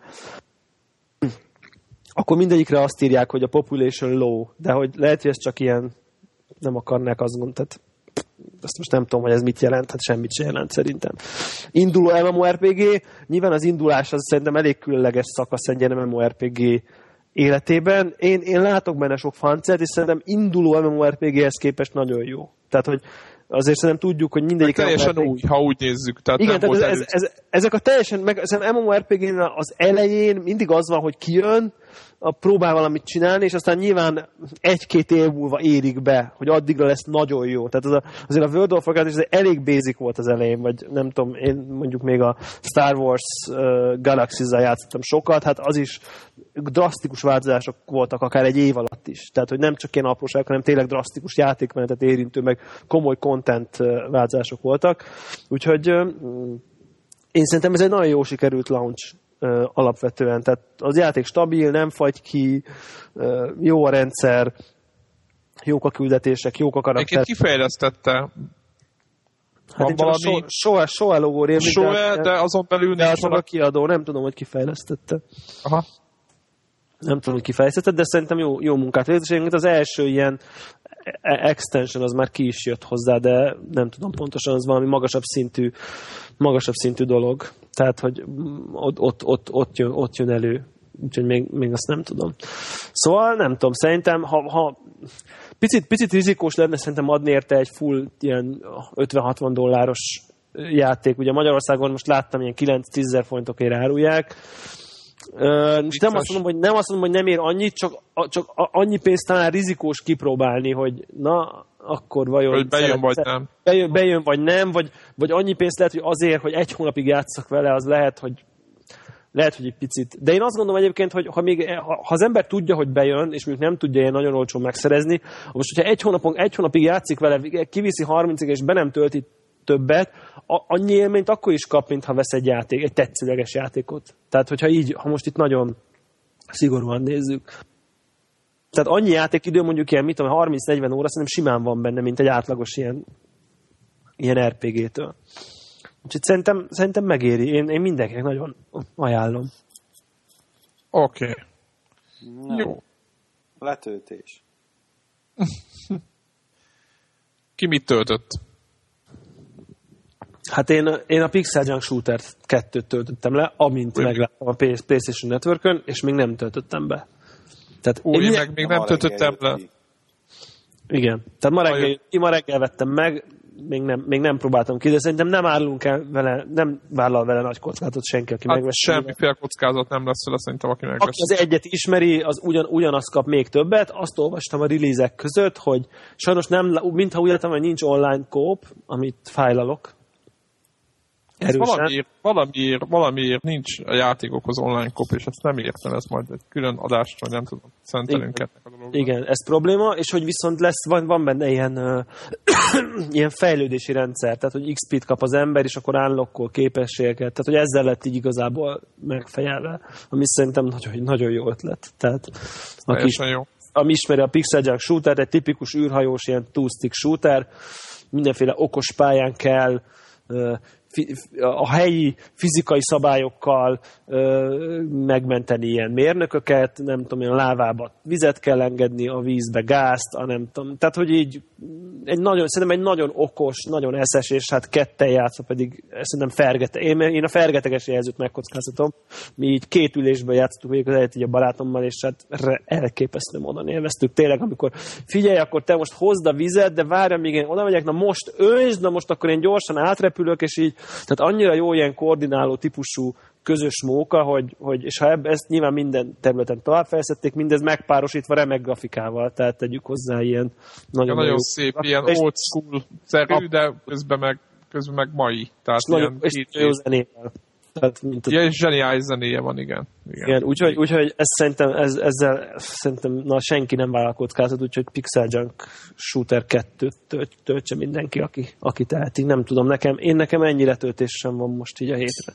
akkor mindegyikre azt írják, hogy a population low, de hogy lehet, hogy ez csak ilyen nem akarnák azt gondolni, tehát ezt most nem tudom, hogy ez mit jelent, hát semmit sem jelent szerintem. Induló MMORPG, nyilván az indulás az szerintem elég különleges szakasz egy MMORPG életében. Én, én látok benne sok fancert, és szerintem induló MMORPG-hez képest nagyon jó. Tehát, hogy azért szerintem tudjuk, hogy mindegyik... Teljesen új, ha úgy nézzük. Tehát igen, nem tehát ez, ez, ez, ezek a teljesen, meg szerintem MMORPG-nél az elején mindig az van, hogy kijön, a próbál valamit csinálni, és aztán nyilván egy-két év múlva érik be, hogy addigra lesz nagyon jó. Tehát az a, azért a World of Warcraft is elég basic volt az elején, vagy nem tudom, én mondjuk még a Star Wars uh, Galaxies-zal játszottam sokat, hát az is drasztikus változások voltak akár egy év alatt is. Tehát, hogy nem csak ilyen apróságok, hanem tényleg drasztikus játékmenetet érintő, meg komoly content változások voltak. Úgyhogy uh, én szerintem ez egy nagyon jó sikerült launch uh, alapvetően. Tehát az játék stabil, nem fagy ki, uh, jó a rendszer, jók a küldetések, jók a karakter. Egyébként kifejlesztette? Hát én csak valami... a Showa, Showa logó rémlik, Showa, de azon belül de az a kiadó, nem tudom, hogy kifejlesztette. Aha. Nem tudom, hogy kifejlesztette, de szerintem jó, jó munkát végzett. Az első ilyen extension az már ki is jött hozzá, de nem tudom pontosan, az valami magasabb szintű, magasabb szintű dolog. Tehát, hogy ott, ott, ott, ott, jön, ott jön elő. úgyhogy még, még azt nem tudom. Szóval nem tudom, szerintem, ha, ha picit, picit rizikós lenne szerintem adni érte egy full ilyen ötven-hatvan dolláros játék. Ugye Magyarországon most láttam, ilyen kilenc-tízezer forintokért árulják. Uh, most nem azt, mondom, hogy, nem azt mondom, hogy nem ér annyit, csak, csak annyi pénzt talán rizikós kipróbálni, hogy na, akkor vajon... Hogy bejön szeret, vagy nem. Bejön, bejön vagy nem, vagy, vagy annyi pénzt lehet, hogy azért, hogy egy hónapig játszak vele, az lehet, hogy lehet, hogy egy picit. De én azt gondolom egyébként, hogy ha, még, ha, ha az ember tudja, hogy bejön, és mondjuk nem tudja ilyen nagyon olcsón megszerezni, most, hogyha egy, hónapon, egy hónapig játszik vele, kiviszi harmincig, és be nem tölti többet, annyi élményt akkor is kap, mintha vesz egy játék, egy tetszőleges játékot. Tehát, hogyha így, ha most itt nagyon szigorúan nézzük. Tehát annyi játékidő, mondjuk ilyen, mit tudom, harminc-negyven óra, szerintem simán van benne, mint egy átlagos ilyen, ilyen er pé gé-től. Úgyhogy szerintem, szerintem megéri. Én, én mindenkinek nagyon ajánlom. Oké. Okay. Jó. Letöltés. Ki mit töltött? Hát én, én a Pixel Junk Shooter kettőt töltöttem le, amint Olyan. megláttam a PlayStation Networkön, és még nem töltöttem be. Tehát Új, én meg még nem töltöttem le. Igen. Tehát ma reggel, ma reggel vettem meg, még nem, még nem próbáltam ki, de szerintem nem állunk el vele, nem vállal vele nagy kockázatot senki, aki hát megveszi. Semmiféle kockázat nem lesz vele szerintem, aki megveszi. Aki az egyet ismeri, az ugyan, ugyanazt kap még többet. Azt olvastam a release-ek között, hogy sajnos nem, mintha úgy láttam, hogy nincs online co-op, amit fájlalok. Valamiért, valamiért, valamiért nincs a játékokhoz online kop, és ezt nem értem, ez majd egy külön adást, vagy nem tudom, szentelünk ennek a dologban. Igen, ez probléma, és hogy viszont lesz, van, van benne ilyen, uh, ilyen fejlődési rendszer, tehát hogy iksz pét kap az ember, és akkor unlockol képességeket, tehát hogy ezzel lett így igazából megfejelve, ami szerintem nagyon, nagyon jó ötlet. Tehát, aki is, jó. ami ismeri a Pixel Junk Shooter, egy tipikus űrhajós, ilyen two-stick shooter, mindenféle okos pályán kell, uh, a helyi fizikai szabályokkal ö, megmenteni ilyen mérnököket, nem tudom, ilyen lávába vizet kell engedni, a vízbe gázt, a nem tudom. Tehát, hogy így egy nagyon, szerintem egy nagyon okos, nagyon eszes, és hát ketten játszva pedig szerintem fergete. Én, én a fergeteges jelzőt megkockáztatom. Mi így két ülésből játszottuk végig az egyet így a barátommal, és hát elképesztő módon élveztük. Tényleg, amikor figyelj, akkor te most hozd a vizet, de várj, míg én oda megyek, na most öntsd, na most akkor én gyorsan átrepülök, és így tehát annyira jó ilyen koordináló típusú közös móka, hogy, hogy és ha ebbe, ezt nyilván minden területen továbbfejlesztették, mindez megpárosítva remek grafikával, tehát tegyük hozzá ilyen nagyon, ja, nagyon szép, grafika. Ilyen old school-szerű, de közben meg, közben meg mai. Tehát és ilyen nagyon, és jó zenével. Tehát, mint ja, és zseniális zenéje van, igen. Igen, igen úgyhogy, úgyhogy ez szerintem, ez, ezzel szerintem na, senki nem vállal kockázat, úgyhogy Pixel Junk Shooter kettőt töltse mindenki, aki, aki teheti. Nem tudom, nekem, én nekem ennyire töltés sem van most így a hétre.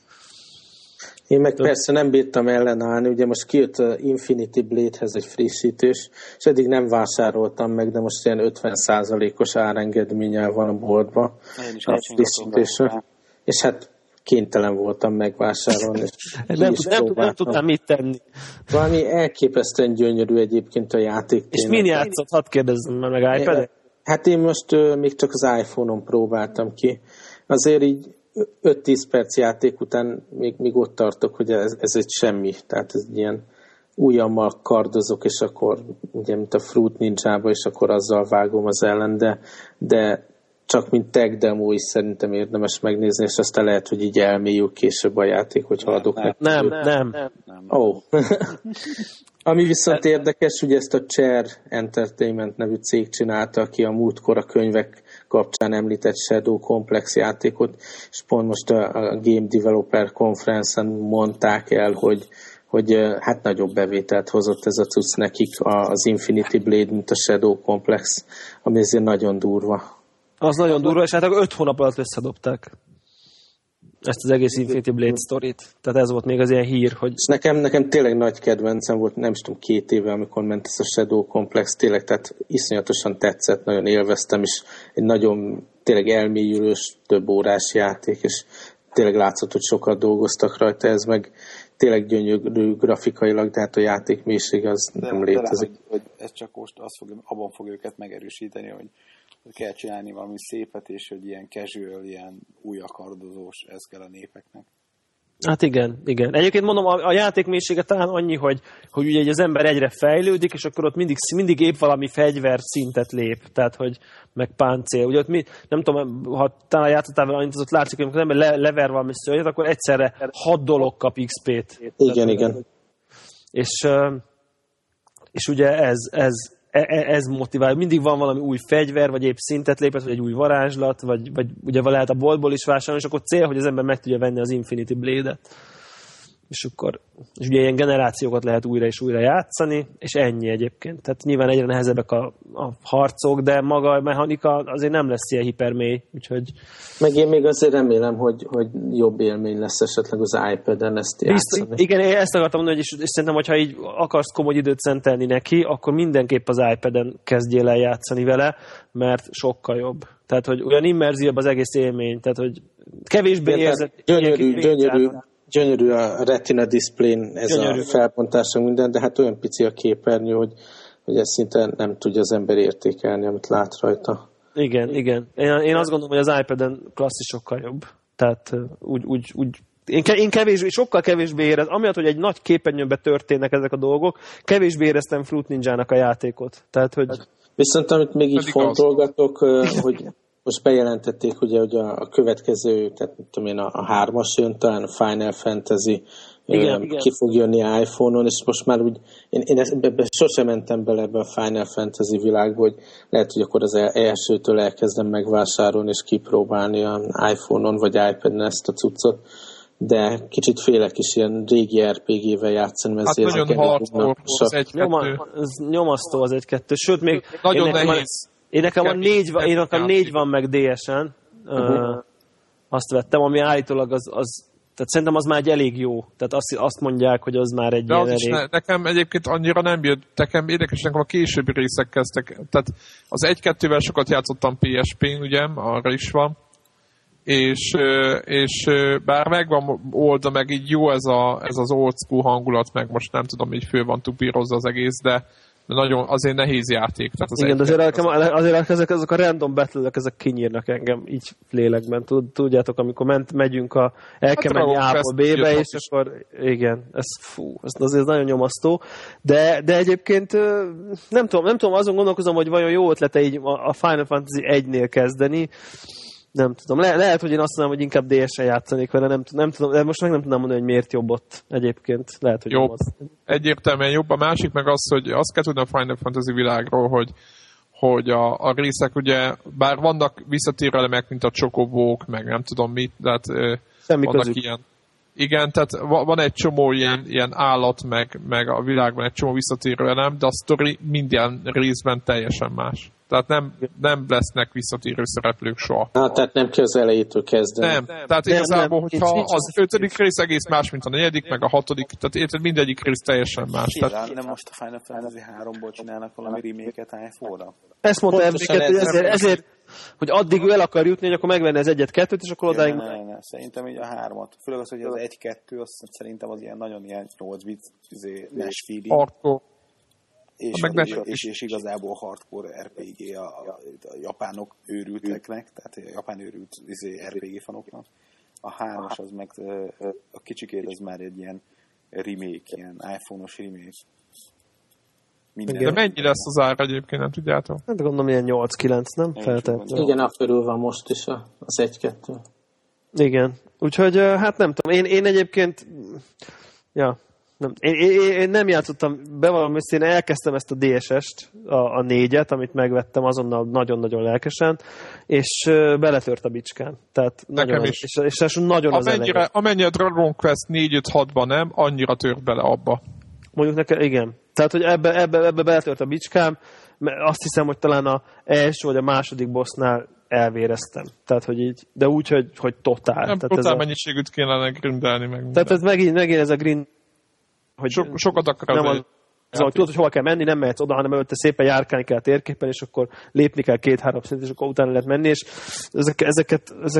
Én meg Több. persze nem bírtam ellenállni, ugye most kijött a Infinity Blade-hez egy frissítés, és eddig nem vásároltam meg, de most ilyen ötven százalékos árengedménnyel van a boltban a frissítésre. És hát kénytelen voltam megvásárolni. nem, nem, nem, nem tudtam mit tenni. Valami elképesztően gyönyörű egyébként a játék. És min játszott? Hadd kérdezzem már meg iPad-et? Hát én most uh, még csak az iPhone-on próbáltam ki. Azért így öt-tíz perc játék után még, még ott tartok, hogy ez, ez egy semmi. Tehát ez ilyen ujjammal kardozok, és akkor ugye, mint a Fruit Ninja-ba, és akkor azzal vágom az ellen, de, de csak mint tech demo is szerintem érdemes megnézni, és aztán lehet, hogy így elmélyül később a játék, hogyha adok nem, nem, nem, nem, nem. Ó. Ami viszont érdekes, ugye ezt a Chair Entertainment nevű cég csinálta, aki a múltkor a könyvek kapcsán említett Shadow Complex játékot, és pont most a, a Game Developer Conference-en mondták el, hogy hogy hát nagyobb bevételt hozott ez a cucc nekik az Infinity Blade, mint a Shadow Complex, ami azért nagyon durva. Az nagyon durva, és hát öt hónap alatt összedobták ezt az egész Infinity Blade sztorit. Tehát ez volt még az ilyen hír, hogy... És nekem, nekem tényleg nagy kedvencem volt, nem is tudom, két éve, amikor ment ez a Shadow Complex, tényleg, tehát iszonyatosan tetszett, nagyon élveztem, és egy nagyon tényleg elmélyülős, több órás játék, és tényleg látszott, hogy sokat dolgoztak rajta, ez meg tényleg gyönyörű grafikailag, de hát a játék mélység az de nem létezik. Hogy, hogy ez csak most azt fog, abban fog őket megerősíteni, hogy kell csinálni valami szépet, és hogy ilyen casual, ilyen új akardozós, ez kell a népeknek. Hát igen, igen. Egyébként mondom, a, a játékmélysége talán annyi, hogy, hogy ugye az ember egyre fejlődik, és akkor ott mindig, mindig épp valami fegyver szintet lép, tehát hogy meg páncél. Ugye ott mi, nem tudom, ha talán játszottál vele annyit, az ott látszik, hogy amikor az ember le, lever valami szörnyet, akkor egyszerre hat dolog kap iksz pét. Igen, tehát, igen. És, és ugye ez, ez, ez motivál. Mindig van valami új fegyver, vagy épp szintet lépett, vagy egy új varázslat, vagy, vagy ugye lehet a boltból is vásárolni, és akkor cél, hogy az ember meg tudja venni az Infinity Blade-et. És akkor és ugye ilyen generációkat lehet újra és újra játszani, és ennyi egyébként. Tehát nyilván egyre nehezebbek a, a harcok, de maga a mechanika azért nem lesz ilyen hipermély, úgyhogy... Meg én még azért remélem, hogy, hogy jobb élmény lesz esetleg az iPad-en ezt játszani. Bizt, igen, én ezt akartam mondani, és, és szerintem, hogyha így akarsz komoly időt szentelni neki, akkor mindenképp az iPad-en kezdjél el játszani vele, mert sokkal jobb. Tehát, hogy olyan immerzívabb az egész élmény, tehát, hogy kevésbé érzed... Gyönyörű, gyönyörű. Gyönyörű a Retina display-n ez gyönyörű. A felpontása minden, de hát olyan pici a képernyő, hogy, hogy ezt szinte nem tudja az ember értékelni, amit lát rajta. Igen, igen. Én, én azt gondolom, hogy az iPad-en klasszisokkal jobb. Tehát úgy, úgy, úgy én kevésbé, sokkal kevésbé érez, amiatt, hogy egy nagy képernyőben történnek ezek a dolgok, kevésbé éreztem Fruit Ninjának a játékot. Tehát, hogy... Viszont amit még így fontolgatok, hogy most bejelentették, ugye, hogy a, a következő, tehát tudom én, a, a hármas jön, talán a Final Fantasy igen, ö, igen. ki fog jönni iPhone-on, és most már úgy, én, én ezt, ebbe, sosem mentem bele ebbe a Final Fantasy világba, hogy lehet, hogy akkor az elsőtől elkezdem megvásárolni és kipróbálni a iPhone-on vagy iPad-en ezt a cuccot, de kicsit félek is ilyen régi er pé gé-vel játszani, mert hát nagyon hardcore az egy-kettő. Nyoma, ez nyomasztó az egy-kettő, sőt még... Nagyon én nehéz. Én nekem a négy, én nekem négy van meg dé es-en, uh-huh. uh, azt vettem, ami állítólag az, az, tehát szerintem az már egy elég jó. Tehát azt, azt mondják, hogy az már egy de ilyen az elég... Ne, nekem egyébként annyira nem jött, nekem érdekes, nekem a későbbi részek kezdtek, tehát az egy-kettővel sokat játszottam pé es pén, ugye, arra is van, és, és bár megvan oldva, meg így jó ez, a, ez az old school hangulat, meg most nem tudom, így fő van tupírozza az egész, de de nagyon azért nehéz játék. Tehát az igen, de azért, az... azért ezek, ezek a random battle-ek, ezek kinyírnak engem így lélekben. Tudjátok, amikor ment, megyünk a el kell menni A-ból B-be, és is. Akkor igen, ez fú, ez azért nagyon nyomasztó. De, de egyébként nem tudom, nem tudom, azon gondolkozom, hogy vajon jó ötlete így a Final Fantasy egynél kezdeni. Nem tudom. Le- lehet, hogy én azt mondom, hogy inkább dé es-en játszanék vele, nem, nem tudom, de most meg nem tudnám mondani, hogy miért jobb ott egyébként. Lehet, hogy jobb. Egyértelműen jobb. A másik meg az, hogy azt kell tudni a Final Fantasy világról, hogy, hogy a, a részek ugye, bár vannak visszatérő elemek, mint a csokobók, meg nem tudom mit, de hát semmi vannak közük. ilyen. Igen, tehát van egy csomó ilyen, ilyen állat, meg, meg a világban egy csomó visszatérő elem, de a sztori minden részben teljesen más. Tehát nem, nem lesznek visszatérő szereplők soha. Hát, tehát nem kell az elejétől kezdeni. Nem, nem tehát nem, igazából, nem, hogyha nincs, az ötödik rész egész más, mint a negyedik, meg a hatodik, tehát érted, mindegyik rész teljesen más. Tehát... Nem most a Final Fantasy háromból csinálnak valami remake-et iPhone-ra? Ezt mondta emléket, hogy ezért, ezért, hogy addig ő el akar jutni, hogy akkor megvenni az egyet-kettőt, és akkor odáig... Ne, ne, ne, szerintem így a hármat. Főleg az, hogy az egy-kettő, azt szerintem az ilyen nagyon ilyen nyolc bit Nash feeling. És, és, és, és igazából hardcore er pé gé a, a, a japánok őrülteknek, tehát a japán őrült izé, er pé gé fanoknak. A hármas az meg a kicsikét az már egy ilyen remake, ilyen iPhone-os remake. Minden. De mennyi lesz az ár egyébként, nem tudjátok? Hát gondolom ilyen nyolc-kilenc, nem? Feltétlenül. Igen, akkor van most is az egy-kettő. Igen. Úgyhogy hát nem tudom. Én, én egyébként ja, nem. Én, én, én nem játszottam, bevallom őszintén, elkezdtem ezt a dé es est, a, a négyet, amit megvettem azonnal nagyon-nagyon lelkesen, és beletört a bicskán. Tehát nagyon, is. És, és, és nagyon az amennyire, elején. Amennyire Dragon Quest négy öt hatban nem, annyira tört bele abba. Mondjuk nekem, igen. Tehát, hogy ebbe, ebbe, ebbe beletört a bicskám, azt hiszem, hogy talán a első vagy a második bossnál elvéreztem. Tehát, hogy így, de úgy, hogy, hogy totál. Nem, tehát totál ez mennyiségűt kellene grindelni meg. Tehát ez megint, megint ez a grind, hogy so, sokat akar nem az, az, hogy tudod, hogy hol kell menni, nem mehetsz oda, hanem előtte szépen járkálni kell a térképen, és akkor lépni kell két-három szint, és akkor utána lehet menni, és ezek, ezeket, ezek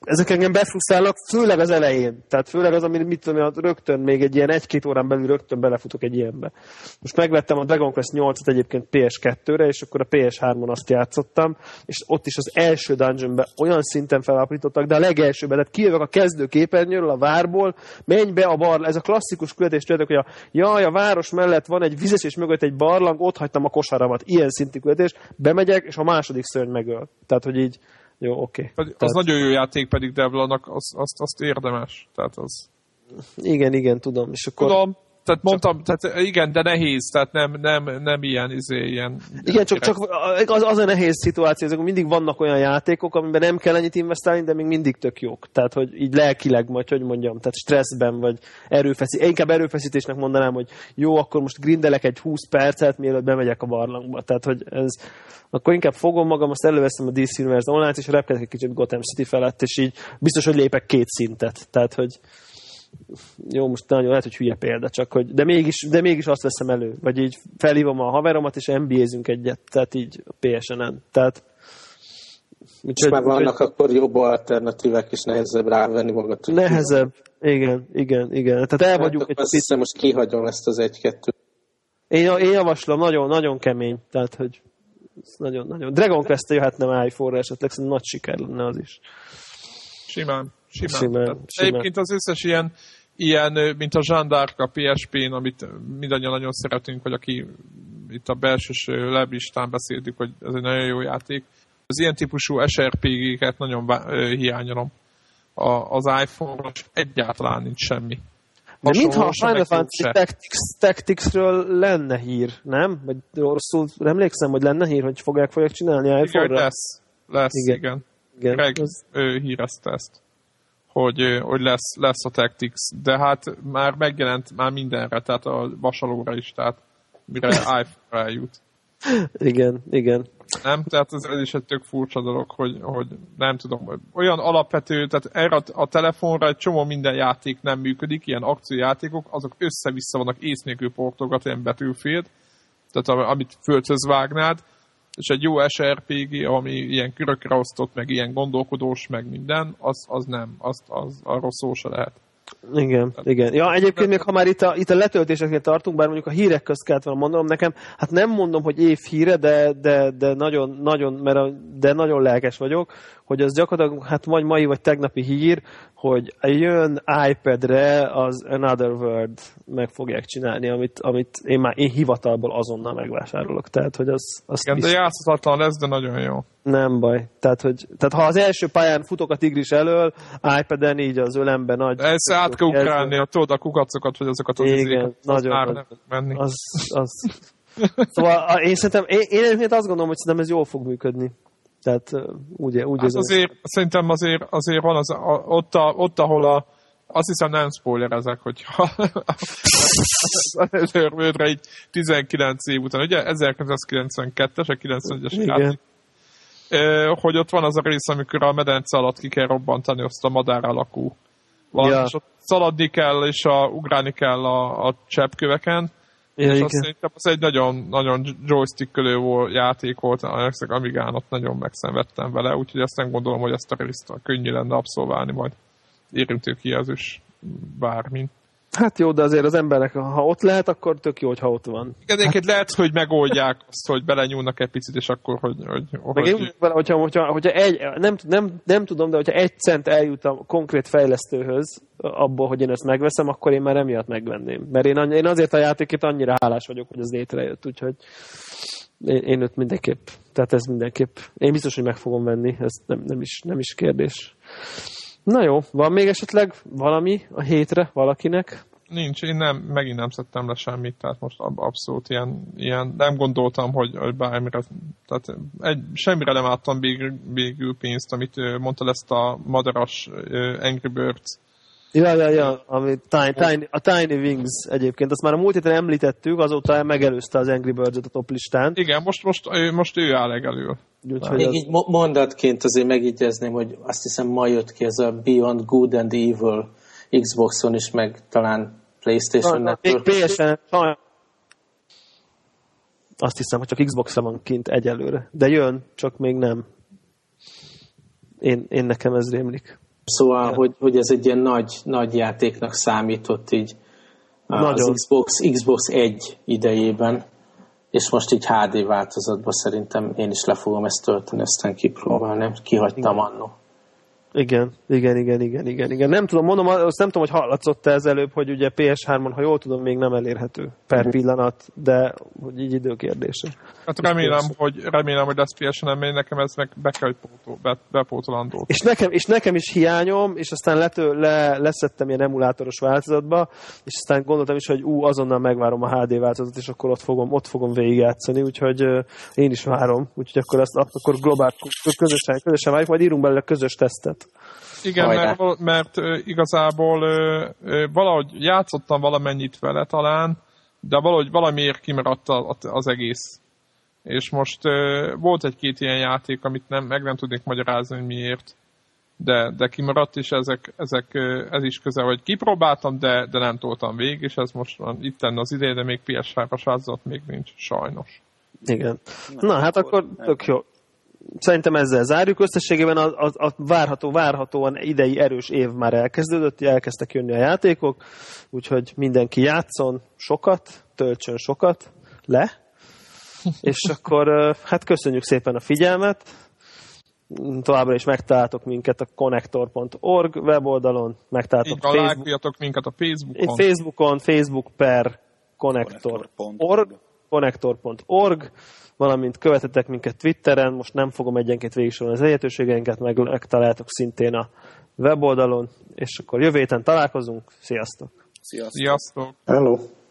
ezek engem befrusztrálnak, főleg az elején. Tehát főleg az, amit mit tudom, rögtön még egy ilyen egy-két órán belül rögtön belefutok egy ilyenbe. Most megvettem a Dragon Quest nyolcat egyébként pé es kettőre, és akkor a pé es hármon azt játszottam, és ott is az első dungeonben olyan szinten felállítottak, de a legelsőben, tehát kijövök a kezdőképernyőről, a várból, menj be a bar, ez a klasszikus küldetés, tudjátok, hogy a, jaj, a város mellett van egy vizes és mögött egy barlang, ott hagytam a kosaramat. Ilyen szintű küldetés, bemegyek, és a második szörny megöl. Tehát, hogy így jó, oké. Okay. Az Tehát... nagyon jó játék pedig Devlanak, azt, azt, azt érdemes. Tehát az... Igen, igen, tudom. És akkor... Tudom, tehát mondtam, tehát igen, de nehéz, tehát nem, nem, nem ilyen, izé, ilyen... Igen, csak, csak az, az a nehéz szituáció, ezek mindig vannak olyan játékok, amiben nem kell ennyit investálni, de még mindig tök jók. Tehát, hogy így lelkileg, majd hogy mondjam, tehát stresszben, vagy erőfeszítés. Inkább erőfeszítésnek mondanám, hogy jó, akkor most grindelek egy húsz percet, mielőtt bemegyek a barlangba. Tehát, hogy ez... Akkor inkább fogom magam, azt előveszem a dé cé Universe Online-t, és repkedek egy kicsit Gotham City felett, és így biztos, hogy lépek két szintet. Tehát, hogy jó, most nagyon lehet, hogy hülye példa, csak hogy, de mégis, de mégis azt veszem elő, vagy így felhívom a haveromat, és en bé á-zünk egyet, tehát így a pé es en-en. Tehát, és már vannak hogy, akkor jobb alternatívek, és nehezebb rávenni magad. Nehezebb, igen, igen, igen. Tehát el vagyunk egy azt hiszem, most kihagyom ezt az egy-kettőt. Én, én javaslom, nagyon, nagyon kemény, tehát, hogy nagyon, nagyon. Dragon Quest-e jöhetne iPhone-ra esetleg, szerintem nagy siker lenne az is. Simán, simán. simán, simán. Egyébként az összes ilyen, ilyen, mint a Jeanne d'Arc a pé es pén, amit mindannyian nagyon szeretünk, vagy aki itt a belsős leblistán beszéltük, hogy ez egy nagyon jó játék. Az ilyen típusú es er pé gé-ket nagyon hiányolom az iPhone-ról, és egyáltalán nincs semmi. De mintha a Final Fantasy Tactics, Tacticsről lenne hír, nem? Vagy rosszul emlékszem, hogy lenne hír, hogy fogják fogják csinálni iPhone-ra? Igen, lesz, lesz, igen. igen. igen. Greg az... hírezte ezt, hogy, hogy lesz, lesz a Tactics, de hát már megjelent már mindenre, tehát a vasalóra is, tehát mire iPhone-ra eljut. Igen, igen. Nem, tehát ez, ez is egy tök furcsa dolog, hogy, hogy nem tudom, olyan alapvető, tehát erre a, a telefonra egy csomó minden játék nem működik, ilyen akciójátékok, azok össze-vissza vannak ész nélkül portogat, ilyen Battlefield, tehát amit földhöz vágnád, és egy jó es er pé gé, ami ilyen körökre osztott, meg ilyen gondolkodós, meg minden, az, az nem, azt, az, arról szó se lehet. Igen, tehát, igen. Ja, egyébként még ha már itt a, itt a letöltéseknél tartunk, bár mondjuk a hírek közt kellett volna mondanom nekem, hát nem mondom, hogy év híre, de, de, de, nagyon, nagyon, mert a, de nagyon lelkes vagyok, hogy az gyakorlatilag, hát vagy mai, vagy tegnapi hír, hogy jön iPad-re az Another World meg fogják csinálni, amit, amit én már én hivatalból azonnal megvásárolok. Tehát, hogy az... az igen, de játszhatatlan lesz, de nagyon jó. Nem baj. Tehát, hogy, tehát ha az első pályán futok a tigris elől, iPad-en így az ölemben nagy... Ezt át kell ugrálni, a tudod a kukacokat, vagy azokat az igen, izéket, nagyon az menni. Az, az. Szóval én szerintem, én, én egyébként azt gondolom, hogy szerintem ez jól fog működni. Tehát úgy, úgy hát azért, szerintem azért, azért van az, a, ott, a, ott, ahol a, azt hiszem nem spoilerezek, hogyha az előre így tizenkilenc év után, ugye ezerkilencszázkilencvenkettes, a kilencvenegyes játék, hogy ott van az a rész, amikor a medence alatt ki kell robbantani azt a madár alakú van, ja. És ott szaladni kell, és a, ugrálni kell a, a cseppköveken, ja, és azt szerintem az egy nagyon, nagyon joystick-kölő játék volt, az Amigán ott nagyon megszenvedtem vele, úgyhogy azt nem gondolom, hogy ezt a részt könnyű lenne abszolválni majd érintő kijelzős bármin. Hát jó, de azért az embernek, ha ott lehet, akkor tök jó, hogyha ott van. Igen, hát... lehet, hogy megoldják azt, hogy belenyúlnak egy picit, és akkor, hogy... hogy, hogy... Én, hogyha, hogyha, hogyha egy, nem, nem, nem tudom, de hogyha egy cent eljut a konkrét fejlesztőhöz, abból, hogy én ezt megveszem, akkor én már emiatt megvenném. Mert én, én azért a játékért annyira hálás vagyok, hogy ez létrejött, úgyhogy én, én őt mindenképp, tehát ez mindenképp, én biztos, hogy meg fogom venni, ez nem, nem, is, nem is kérdés. Na jó, van még esetleg valami a hétre valakinek? Nincs, én nem, megint nem szedtem le semmit, tehát most abszolút ilyen, ilyen nem gondoltam, hogy, hogy bármire, tehát egy, semmire nem adtam végül, végül pénzt, amit mondta ezt a madaras Angry Birds. Ja, ja, ja, ami tiny, tiny, a Tiny Wings egyébként, azt már a múlt héten említettük, azóta megelőzte az Angry Birds-et a top listán. Igen, most, most, most ő áll legelől. Még az... így mondatként azért megígézném, hogy azt hiszem ma jött ki ez a Beyond Good and Evil Xboxon is, meg talán PlayStation na, még pé es en azt hiszem, hogy csak Xboxra van kint egyelőre. De jön, csak még nem. Én, én nekem ez rémlik. Szóval, ja. hogy, hogy ez egy ilyen nagy, nagy játéknak számított így Nagyon. az Xbox, Xbox egy idejében, és most így há dé változatban szerintem én is le fogom ezt tölteni, aztán kipróbálni, kihagytam annó. Igen, igen, igen, igen, igen, igen. Nem tudom, mondom, azt nem tudom, hogy hallatszott-e ez előbb, hogy ugye pé es hármon, ha jól tudom, még nem elérhető per pillanat, de hogy így időkérdése. Hát remélem, hogy, remélem, hogy lesz pé es en, mert nekem ez meg be kell, hogy pótol, be, bepótolandó. És nekem, és nekem is hiányom, és aztán lető, le, leszettem ilyen emulátoros változatba, és aztán gondoltam is, hogy ú, azonnal megvárom a há dé változatot, és akkor ott fogom, ott fogom végigjátszani, úgyhogy uh, én is várom, úgyhogy akkor ezt akkor globál, közösen, közösen várjuk, majd írunk belőle közös tesztet. Igen, mert, mert igazából valahogy játszottam valamennyit vele talán, de valahogy valamiért kimaradt az egész. És most volt egy-két ilyen játék, amit nem, meg nem tudnék magyarázni, hogy miért, de, de kimaradt, és ezek, ezek, ez is közel, hogy kipróbáltam, de, de nem toltam végig, és ez most van itt lenne az ideje, de még pé es hármas változat még nincs, sajnos. Igen. Na, Na hát akkor tök jó. Szerintem ezzel zárjuk. Összességében a, a, a várható, várhatóan idei erős év már elkezdődött, elkezdtek jönni a játékok, úgyhogy mindenki játszon sokat, töltsön sokat le, és akkor hát köszönjük szépen a figyelmet. Továbbra is megtaláltok minket a connector pont org weboldalon, megtaláltok Facebook, minket a Facebookon. Facebookon, Facebook per connector pont org, connector pont org, valamint követetek minket Twitteren, most nem fogom egyenként végigsorolni az elérhetőségeinket, meg megtaláltok szintén a weboldalon, és akkor jövő héten találkozunk. Sziasztok! Sziasztok! Sziasztok. Hello!